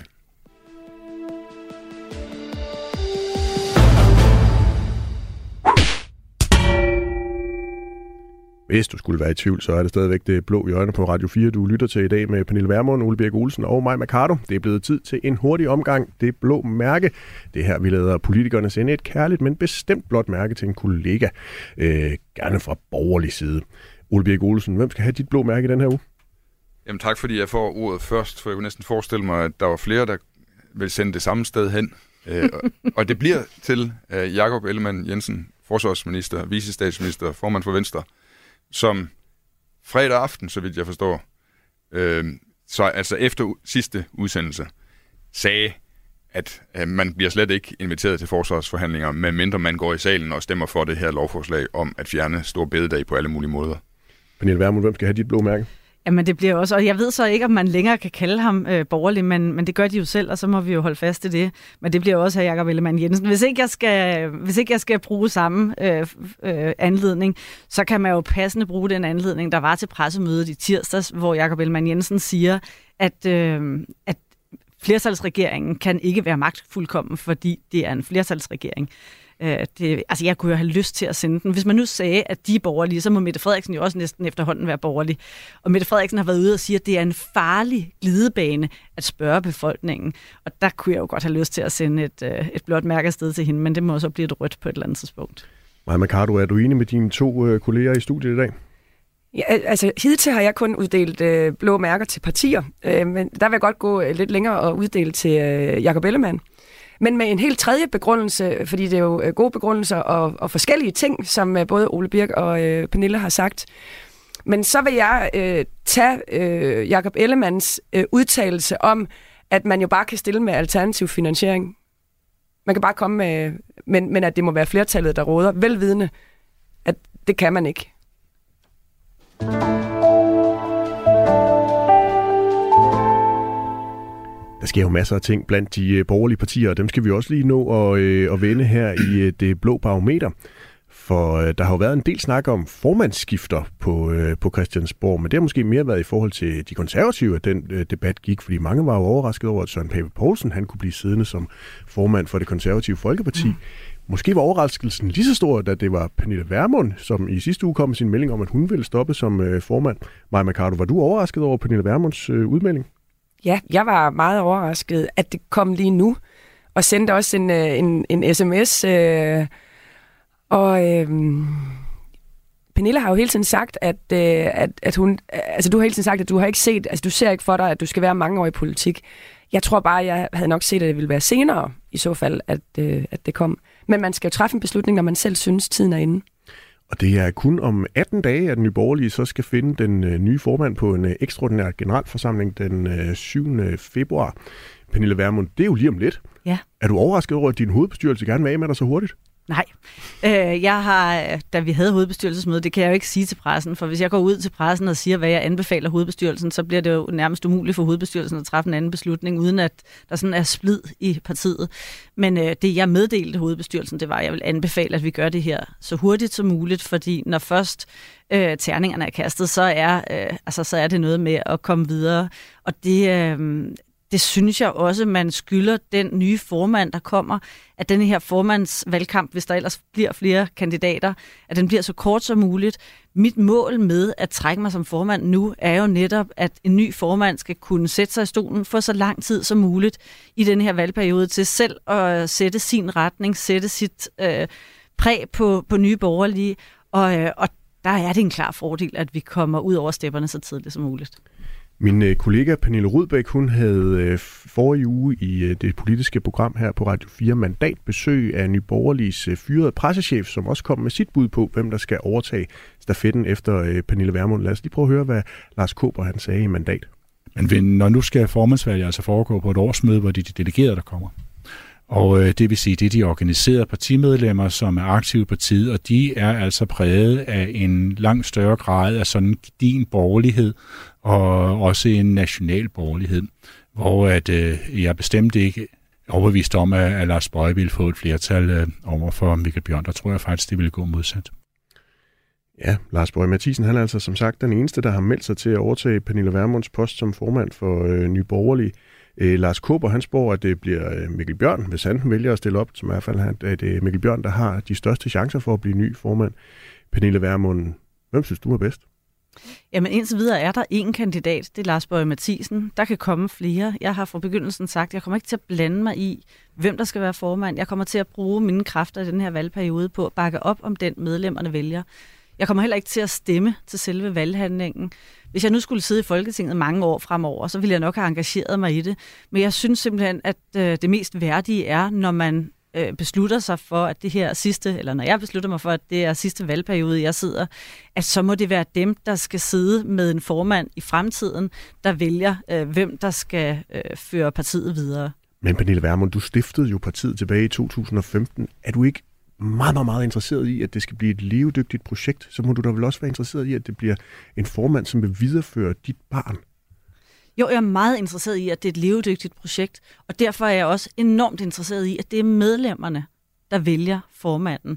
Hvis du skulle være i tvivl, så er det stadigvæk Det Blå i øjnene på Radio fire, du lytter til i dag med Pernille Vermund, Ole Birk Olesen og Mai Mercado. Det er blevet tid til en hurtig omgang. Det blå mærke. Det er her, vi lader politikerne sende et kærligt, men bestemt blåt mærke til en kollega. Øh, gerne fra borgerlig side. Ole Birk Olesen, hvem skal have dit blå mærke den her uge? Jamen tak, fordi jeg får ordet først, for jeg kunne næsten forestille mig, at der var flere, der vil sende det samme sted hen. øh, og, og det bliver til øh, Jakob Ellemann-Jensen, forsvarsminister, vicestatsminister, formand for Venstre, som fredag aften, så vidt jeg forstår, øh, så altså efter sidste udsendelse, sagde, at øh, man bliver slet ikke inviteret til forsvarsforhandlinger, medmindre man går i salen og stemmer for det her lovforslag om at fjerne store bededag på alle mulige måder. Pernille Vermund, hvem skal have dit blå mærke? Jamen det bliver også, og jeg ved så ikke, om man længere kan kalde ham øh, borgerlig, men, men det gør de jo selv, og så må vi jo holde fast i det. Men det bliver også her Jakob Ellemann-Jensen. Hvis ikke jeg skal, hvis ikke jeg skal bruge samme øh, øh, anledning, så kan man jo passende bruge den anledning, der var til pressemødet i tirsdags, hvor Jakob Ellemann-Jensen siger, at, øh, at flertalsregeringen kan ikke være magtfuldkommen, fordi det er en flertalsregering. Det, altså jeg kunne jo have lyst til at sende den. Hvis man nu sagde, at de er borgerlige, så må Mette Frederiksen jo også næsten efterhånden være borgerlig. Og Mette Frederiksen har været ude og sige, at det er en farlig glidebane at spørge befolkningen. Og der kunne jeg jo godt have lyst til at sende et, et blåt mærke afsted til hende, men det må så blive et rødt på et eller andet tidspunkt. Mai Mercado, er du enig med dine to øh, kolleger i studiet i dag? Ja, altså hidtil har jeg kun uddelt øh, blå mærker til partier, øh, men der vil jeg godt gå lidt længere og uddele til øh, Jakob Ellemann. Men med en helt tredje begrundelse, fordi det er jo gode begrundelser og, og forskellige ting, som både Ole Birk og øh, Pernille har sagt. Men så vil jeg øh, tage øh, Jakob Ellemanns øh, udtalelse om, at man jo bare kan stille med alternativ finansiering. Man kan bare komme med, men, men at det må være flertallet, der råder, velvidende, at det kan man ikke. Der sker jo masser af ting blandt de borgerlige partier, og dem skal vi også lige nå at, øh, at vende her i Det Blå Barometer. For øh, der har jo været en del snak om formandsskifter på, øh, på Christiansborg, men det har måske mere været i forhold til de konservative, at den øh, debat gik, fordi mange var jo overrasket over, at Søren Pape Poulsen han kunne blive siddende som formand for Det Konservative Folkeparti. Mm. Måske var overraskelsen lige så stor, da det var Pernille Vermund, som i sidste uge kom med sin melding om, at hun ville stoppe som øh, formand. Mai Mercado, var du overrasket over Pernille Vermunds øh, udmelding? Ja, jeg var meget overrasket, at det kom lige nu, og sendte også en, en, en sms. Øh, og øh, Pernille har jo hele tiden sagt, at, øh, at, at hun, altså du har hele tiden sagt, at du har ikke set, altså du ser ikke for dig, at du skal være mange år i politik. Jeg tror bare, jeg havde nok set, at det ville være senere, i så fald, at, øh, at det kom. Men man skal jo træffe en beslutning, når man selv synes, tiden er inde. Og det er kun om atten dage, at Nye Borgerlige så skal finde den øh, nye formand på en øh, ekstraordinær generalforsamling den øh, syvende februar. Pernille Vermund, det er jo lige om lidt. Ja. Er du overrasket over, at din hovedbestyrelse gerne vil af med dig så hurtigt? Nej. Øh, jeg har, da vi havde hovedbestyrelsesmøde, det kan jeg jo ikke sige til pressen, for hvis jeg går ud til pressen og siger, hvad jeg anbefaler hovedbestyrelsen, så bliver det jo nærmest umuligt for hovedbestyrelsen at træffe en anden beslutning, uden at der sådan er splid i partiet. Men øh, det, jeg meddelte hovedbestyrelsen, det var, at jeg vil anbefale, at vi gør det her så hurtigt som muligt, fordi når først øh, terningerne er kastet, så er, øh, altså, så er det noget med at komme videre. Og det... Øh, det synes jeg også, man skylder den nye formand, der kommer, at den her formandsvalgkamp, hvis der ellers bliver flere kandidater, at den bliver så kort som muligt. Mit mål med at trække mig som formand nu, er jo netop, at en ny formand skal kunne sætte sig i stolen for så lang tid som muligt i den her valgperiode til selv at sætte sin retning, sætte sit øh, præg på, på Nye Borgerlige, og, øh, og der er det en klar fordel, at vi kommer ud over stepperne så tidligt som muligt. Min øh, kollega Pernille Rudbæk, hun havde øh, forrige uge i øh, det politiske program her på Radio fire Mandat besøg af Nye Borgerliges øh, fyrede pressechef, som også kom med sit bud på, hvem der skal overtage stafetten efter øh, Pernille Vermund. Lad os lige prøve at høre, hvad Lars Kaaber han sagde i Mandat. Men når nu skal formandsvalget altså foregå på et årsmøde, hvor det er de delegerede, der kommer. Og øh, det vil sige, det er de organiserede partimedlemmer, som er aktive i partiet, og de er altså præget af en langt større grad af sådan din borgerlighed, og også en national borgerlighed, hvor at, øh, jeg bestemt ikke er overbevist om, at, at Lars Boje ville få et flertal øh, over for Mikkel Bjørn. Der tror jeg faktisk, det ville gå modsat. Ja, Lars Boje Mathiesen, han er altså som sagt den eneste, der har meldt sig til at overtage Pernille Vermunds post som formand for øh, Nye Borgerlige. Øh, Lars Kaaber, han spår, at det bliver øh, Mikkel Bjørn, hvis han vælger at stille op, som i hvert fald at det er Mikkel Bjørn, der har de største chancer for at blive ny formand. Pernille Vermund, hvem synes du er bedst? Jamen indtil videre er der én kandidat, det er Lars Boje Mathiesen. Der kan komme flere. Jeg har fra begyndelsen sagt, at jeg kommer ikke til at blande mig i, hvem der skal være formand. Jeg kommer til at bruge mine kræfter i den her valgperiode på at bakke op om den, medlemmerne vælger. Jeg kommer heller ikke til at stemme til selve valghandlingen. Hvis jeg nu skulle sidde i Folketinget mange år fremover, så ville jeg nok have engageret mig i det. Men jeg synes simpelthen, at øh, det mest værdige er, når man øh, beslutter sig for, at det her sidste, eller når jeg beslutter mig for, at det er sidste valgperiode, jeg sidder, at så må det være dem, der skal sidde med en formand i fremtiden, der vælger, øh, hvem der skal øh, føre partiet videre. Men Pernille Vermund, du stiftede jo partiet tilbage i to tusind og femten. Er du ikke meget, meget, meget interesseret i, at det skal blive et levedygtigt projekt, så må du da vel også være interesseret i, at det bliver en formand, som vil videreføre dit barn? Jo, jeg er meget interesseret i, at det er et levedygtigt projekt, og derfor er jeg også enormt interesseret i, at det er medlemmerne, der vælger formanden.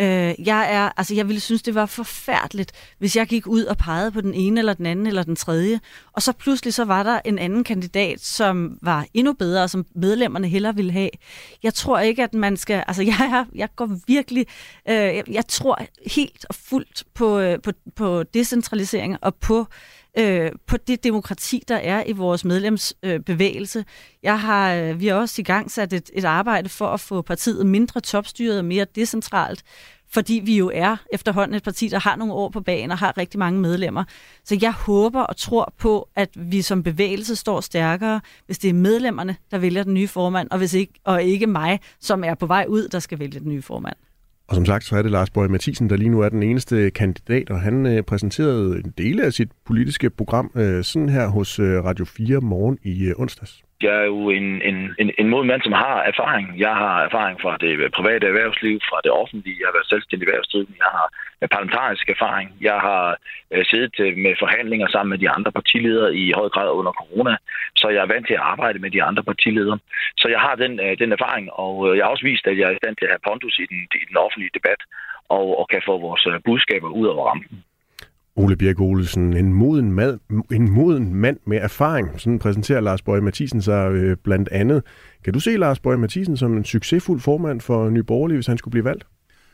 Jeg er, altså jeg ville synes, det var forfærdeligt, hvis jeg gik ud og pegede på den ene eller den anden eller den tredje, og så pludselig så var der en anden kandidat, som var endnu bedre, og som medlemmerne hellere ville have. Jeg tror ikke, at man skal, altså jeg, er, jeg går virkelig, øh, jeg, jeg tror helt og fuldt på, øh, på, på decentralisering og på Øh, på det demokrati, der er i vores medlemsbevægelse. Øh, jeg har, øh, vi har også i gang sat et, et arbejde for at få partiet mindre topstyret og mere decentralt, fordi vi jo er efterhånden et parti, der har nogle år på banen og har rigtig mange medlemmer. Så jeg håber og tror på, at vi som bevægelse står stærkere, hvis det er medlemmerne, der vælger den nye formand, og, hvis ikke, og ikke mig, som er på vej ud, der skal vælge den nye formand. Og som sagt, så er det Lars Boje Mathiesen, der lige nu er den eneste kandidat, og han øh, præsenterede en del af sit politiske program øh, sådan her hos øh, Radio fire morgen i øh, onsdags. Jeg er jo en, en, en, en moden mand, som har erfaring. Jeg har erfaring fra det private erhvervsliv, fra det offentlige. Jeg har været selvstændig erhvervsdrivende. Jeg har parlamentarisk erfaring. Jeg har øh, siddet med forhandlinger sammen med de andre partiledere i høj grad under corona. Så jeg er vant til at arbejde med de andre partiledere. Så jeg har den, øh, den erfaring, og øh, jeg har også vist, at jeg er i stand til at have pondus i den, i den offentlige debat, og, og kan få vores øh, budskaber ud over rampen. Ole Birk Olesen, en moden, mad, en moden mand med erfaring, sådan præsenterer Lars Boje Mathiesen sig øh, blandt andet. Kan du se Lars Boje Mathiesen som en succesfuld formand for Nye Borgerlige, hvis han skulle blive valgt?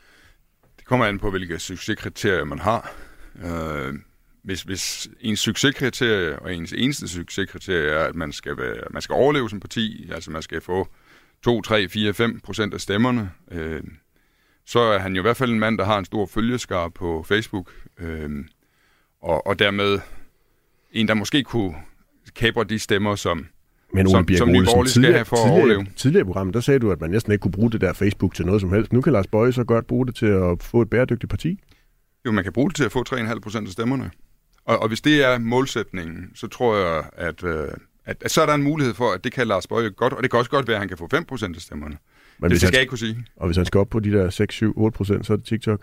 Det kommer an på, hvilke succeskriterier man har. Øh, hvis, hvis ens succeskriterie og ens eneste succeskriterie er, at man skal, være, man skal overleve som parti, altså man skal få to, tre, fire, fem procent af stemmerne, øh, så er han jo i hvert fald en mand, der har en stor følgeskare på Facebook, øh, Og, og dermed en, der måske kunne kapre de stemmer, som, Men som, som Nye Borgerlige skal have for at overleve. Tidligere i programmet, der sagde du, at man næsten ikke kunne bruge det der Facebook til noget som helst. Nu kan Lars Boje så godt bruge det til at få et bæredygtigt parti. Jo, man kan bruge det til at få tre komma fem procent af stemmerne. Og, og hvis det er målsætningen, så tror jeg, at, øh, at, at så er der en mulighed for, at det kan Lars Boje godt, og det kan også godt være, at han kan få fem procent af stemmerne. Men det skal jeg ikke kunne sige. Og hvis han skal op på de der seks, syv, otte procent, så er det TikTok?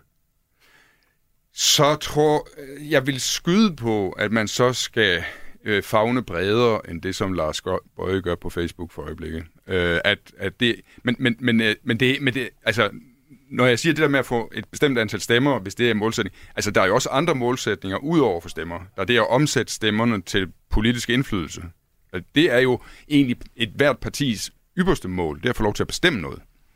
Så tror jeg vil skyde på, at man så skal øh, favne bredere end det, som Lars Boje gør på Facebook for øjeblikket. Øh, at, at det, men, men, men, men, det, men det, altså, når jeg siger det der med at få et bestemt antal stemmer, hvis det er målsætning, altså der er jo også andre målsætninger ud over for stemmer. Der er det at omsætte stemmerne til politisk indflydelse. Det er jo egentlig et hvert partis ypperste mål, det er at få lov til at bestemme noget.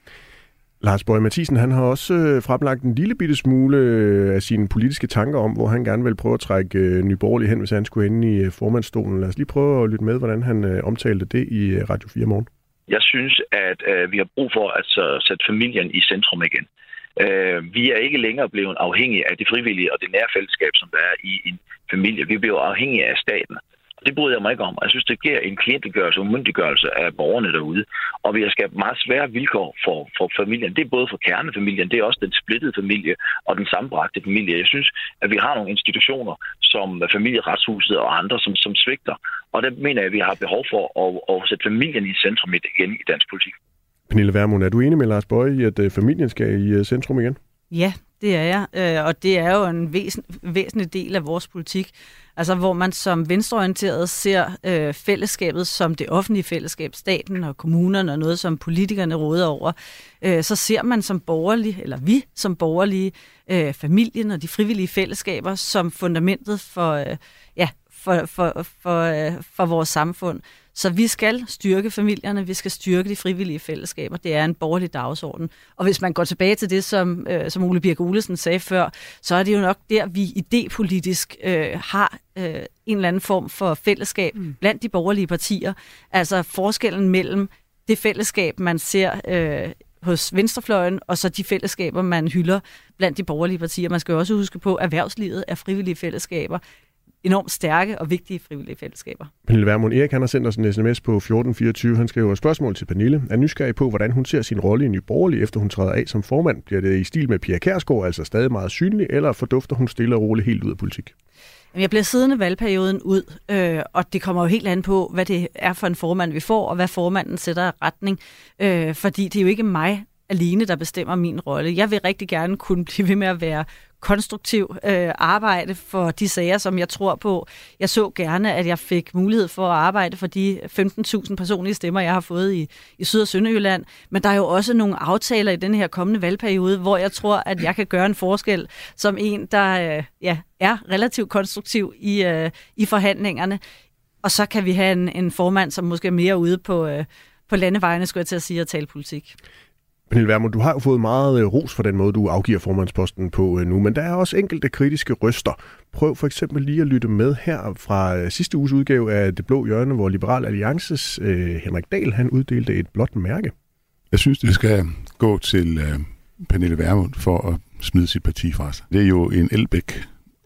Lars Boje Mathiesen, han har også øh, fremlagt en lille bitte smule øh, af sine politiske tanker om, hvor han gerne vil prøve at trække øh, Nye Borgerlige hen, hvis han skulle ende i øh, formandsstolen. Lad os lige prøve at lytte med, hvordan han øh, omtalte det i øh, Radio fire Morgen. Jeg synes, at øh, vi har brug for at så, sætte familien i centrum igen. Øh, vi er ikke længere blevet afhængige af det frivillige og det nære fællesskab, som der er i en familie. Vi bliver afhængige af staten. Det bryder jeg mig ikke om. Jeg synes, det giver en klientgørelse og umyndiggørelse af borgerne derude. Og vi har skabt meget svære vilkår for, for familien. Det er både for kernefamilien, det er også den splittede familie og den sammenbragte familie. Jeg synes, at vi har nogle institutioner som Familieretshuset og andre, som, som svigter. Og der mener jeg, at vi har behov for at, at sætte familien i centrum igen i dansk politik. Pernille Vermund, er du enig med Lars Boje i, at familien skal i centrum igen? Ja, det er jeg, og det er jo en væsen, væsentlig del af vores politik. Altså hvor man som venstreorienteret ser øh, fællesskabet som det offentlige fællesskab, staten og kommunerne og noget, som politikerne råder over, øh, så ser man som borgerlig, eller vi som borgerlige, øh, familien og de frivillige fællesskaber som fundamentet for, øh, ja, for, for, for, øh, for vores samfund. Så vi skal styrke familierne, vi skal styrke de frivillige fællesskaber. Det er en borgerlig dagsorden. Og hvis man går tilbage til det, som, øh, som Ole Birk Olesen sagde før, så er det jo nok der, vi idépolitisk øh, har øh, en eller anden form for fællesskab mm. blandt de borgerlige partier. Altså forskellen mellem det fællesskab, man ser øh, hos venstrefløjen, og så de fællesskaber, man hylder blandt de borgerlige partier. Man skal jo også huske på, at erhvervslivet er frivillige fællesskaber. Enormt stærke og vigtige frivillige fællesskaber. Pernille Vermund, Erik han har sendt os en sms på fjorten fireogtyve. Han skriver spørgsmål til Pernille. Er nysgerrig på, hvordan hun ser sin rolle i Nye Borgerlige, efter hun træder af som formand. Bliver det i stil med Pia Kjærsgaard, altså stadig meget synlig, eller fordufter hun stille og roligt helt ud af politik? Jeg bliver siddende valgperioden ud, øh, og det kommer jo helt an på, hvad det er for en formand, vi får, og hvad formanden sætter af retning. Øh, fordi det er jo ikke mig alene, der bestemmer min rolle. Jeg vil rigtig gerne kunne blive ved med at være konstruktiv øh, arbejde for de sager, som jeg tror på. Jeg så gerne, at jeg fik mulighed for at arbejde for de femten tusind personlige stemmer, jeg har fået i, i Syd- og Sønderjylland. Men der er jo også nogle aftaler i den her kommende valgperiode, hvor jeg tror, at jeg kan gøre en forskel som en, der øh, ja, er relativt konstruktiv i, øh, i forhandlingerne. Og så kan vi have en, en formand, som måske er mere ude på, øh, på landevejene, skulle jeg til at sige, at tale politik. Pernille Vermund, du har jo fået meget ros for den måde, du afgiver formandsposten på nu, men der er også enkelte kritiske røster. Prøv for eksempel lige at lytte med her fra sidste uges udgave af Det Blå Hjørne, hvor Liberal Alliances øh, Henrik Dahl han uddelte et blåt mærke. Jeg synes, det skal gå til øh, Pernille Vermund for at smide sit parti fra sig. Det er jo en Elbæk.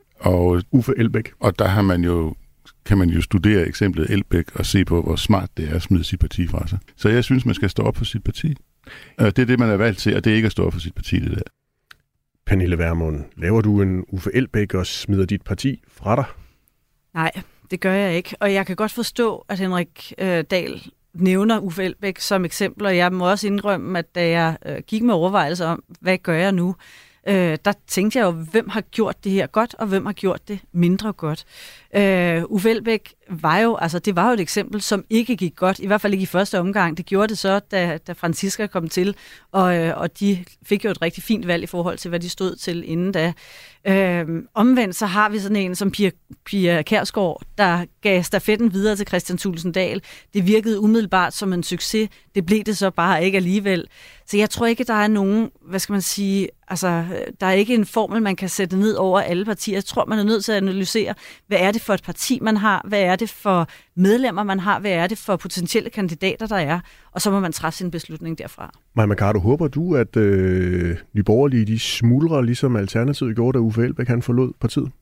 Og, Uffe Elbæk. Og der har man jo, kan man jo studere eksemplet Elbæk og se på, hvor smart det er at smide sit parti fra sig. Så jeg synes, man skal stå op for sit parti. Det er det, man er valgt til, og det er ikke at stå for sit parti, det der. Pernille Vermund, laver du en Uffe Elbæk og smider dit parti fra dig? Nej, det gør jeg ikke. Og jeg kan godt forstå, at Henrik øh, Dahl nævner Uffe Elbæk som eksempel, og jeg må også indrømme, at da jeg øh, gik med overvejelser om, hvad gør jeg nu, øh, der tænkte jeg jo, hvem har gjort det her godt, og hvem har gjort det mindre godt. Øh, Uffe Elbæk var jo, altså det var jo et eksempel, som ikke gik godt, i hvert fald ikke i første omgang. Det gjorde det så, da, da Franziska kom til, og, øh, og de fik jo et rigtig fint valg i forhold til, hvad de stod til inden da. Øh, omvendt så har vi sådan en som Pia, Pia Kjærsgaard, der gav stafetten videre til Kristian Thulesen Dahl. Det virkede umiddelbart som en succes. Det blev det så bare ikke alligevel. Så jeg tror ikke, der er nogen, hvad skal man sige, altså der er ikke en formel, man kan sætte ned over alle partier. Jeg tror, man er nødt til at analysere, hvad er det for et parti, man har? Hvad er det for medlemmer, man har? Hvad er det for potentielle kandidater, der er? Og så må man træffe sin beslutning derfra. Maja Mercado, håber du, at øh, Nye Borgerlige de smuldrer, ligesom Alternativet gjorde, da Uffe Elbæk han forlod partiet?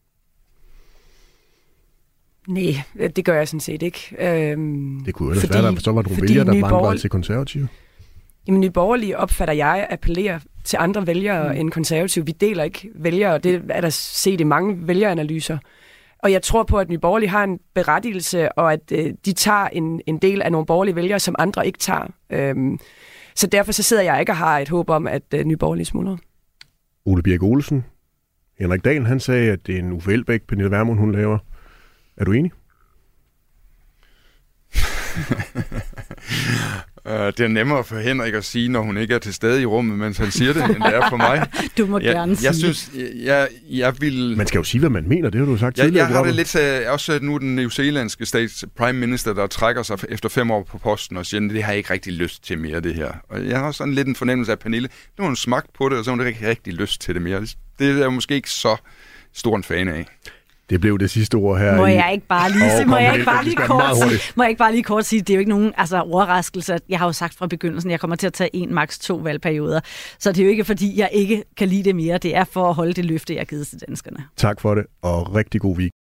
Nej, det gør jeg sådan set ikke. Øhm, det kunne jo ellers være, der så var nogle vælgere, der vandrede borgerlige... til konservative. Jamen, Nye Borgerlige opfatter jeg appellerer til andre vælgere mm. end konservative. Vi deler ikke vælgere, og det er der set i mange vælgeranalyser. Og jeg tror på, at Nye Borgerlige har en berettigelse, og at øh, de tager en, en del af nogle borgerlige vælgere, som andre ikke tager. Øhm, så derfor så sidder jeg ikke og har et håb om, at øh, Nye Borgerlige smuldrer. Ole Birk Olesen, Henrik Dahl, han sagde, at det er en Uffe Elbæk, Pernille Vermund, hun laver. Er du enig? Uh, det er nemmere for Henrik at sige, når hun ikke er til stede i rummet, mens han siger det, end det er for mig. Du må jeg, gerne sige. Jeg synes, jeg, jeg vil... Man skal jo sige, hvad man mener, det har du sagt jeg, tidligere. Jeg har det lidt uh, også nu den newzealandske stats prime minister, der trækker sig efter fem år på posten og siger, det har jeg ikke rigtig lyst til mere, det her. Og jeg har også sådan lidt en fornemmelse af Pernille. Nu har hun smagt på det, og så har hun ikke rigtig lyst til det mere. Det er jeg måske ikke så stor en fan af. Det blev det sidste ord her. Må i... jeg ikke bare lige, oh, må jeg ikke bare lige kort sige, må jeg ikke bare lige kort sige, det er jo ikke nogen altså, overraskelse. Jeg har jo sagt fra begyndelsen, jeg kommer til at tage en, maks to valgperioder. Så det er jo ikke, fordi jeg ikke kan lide det mere. Det er for at holde det løfte, jeg har givet til danskerne. Tak for det, og rigtig god weekend.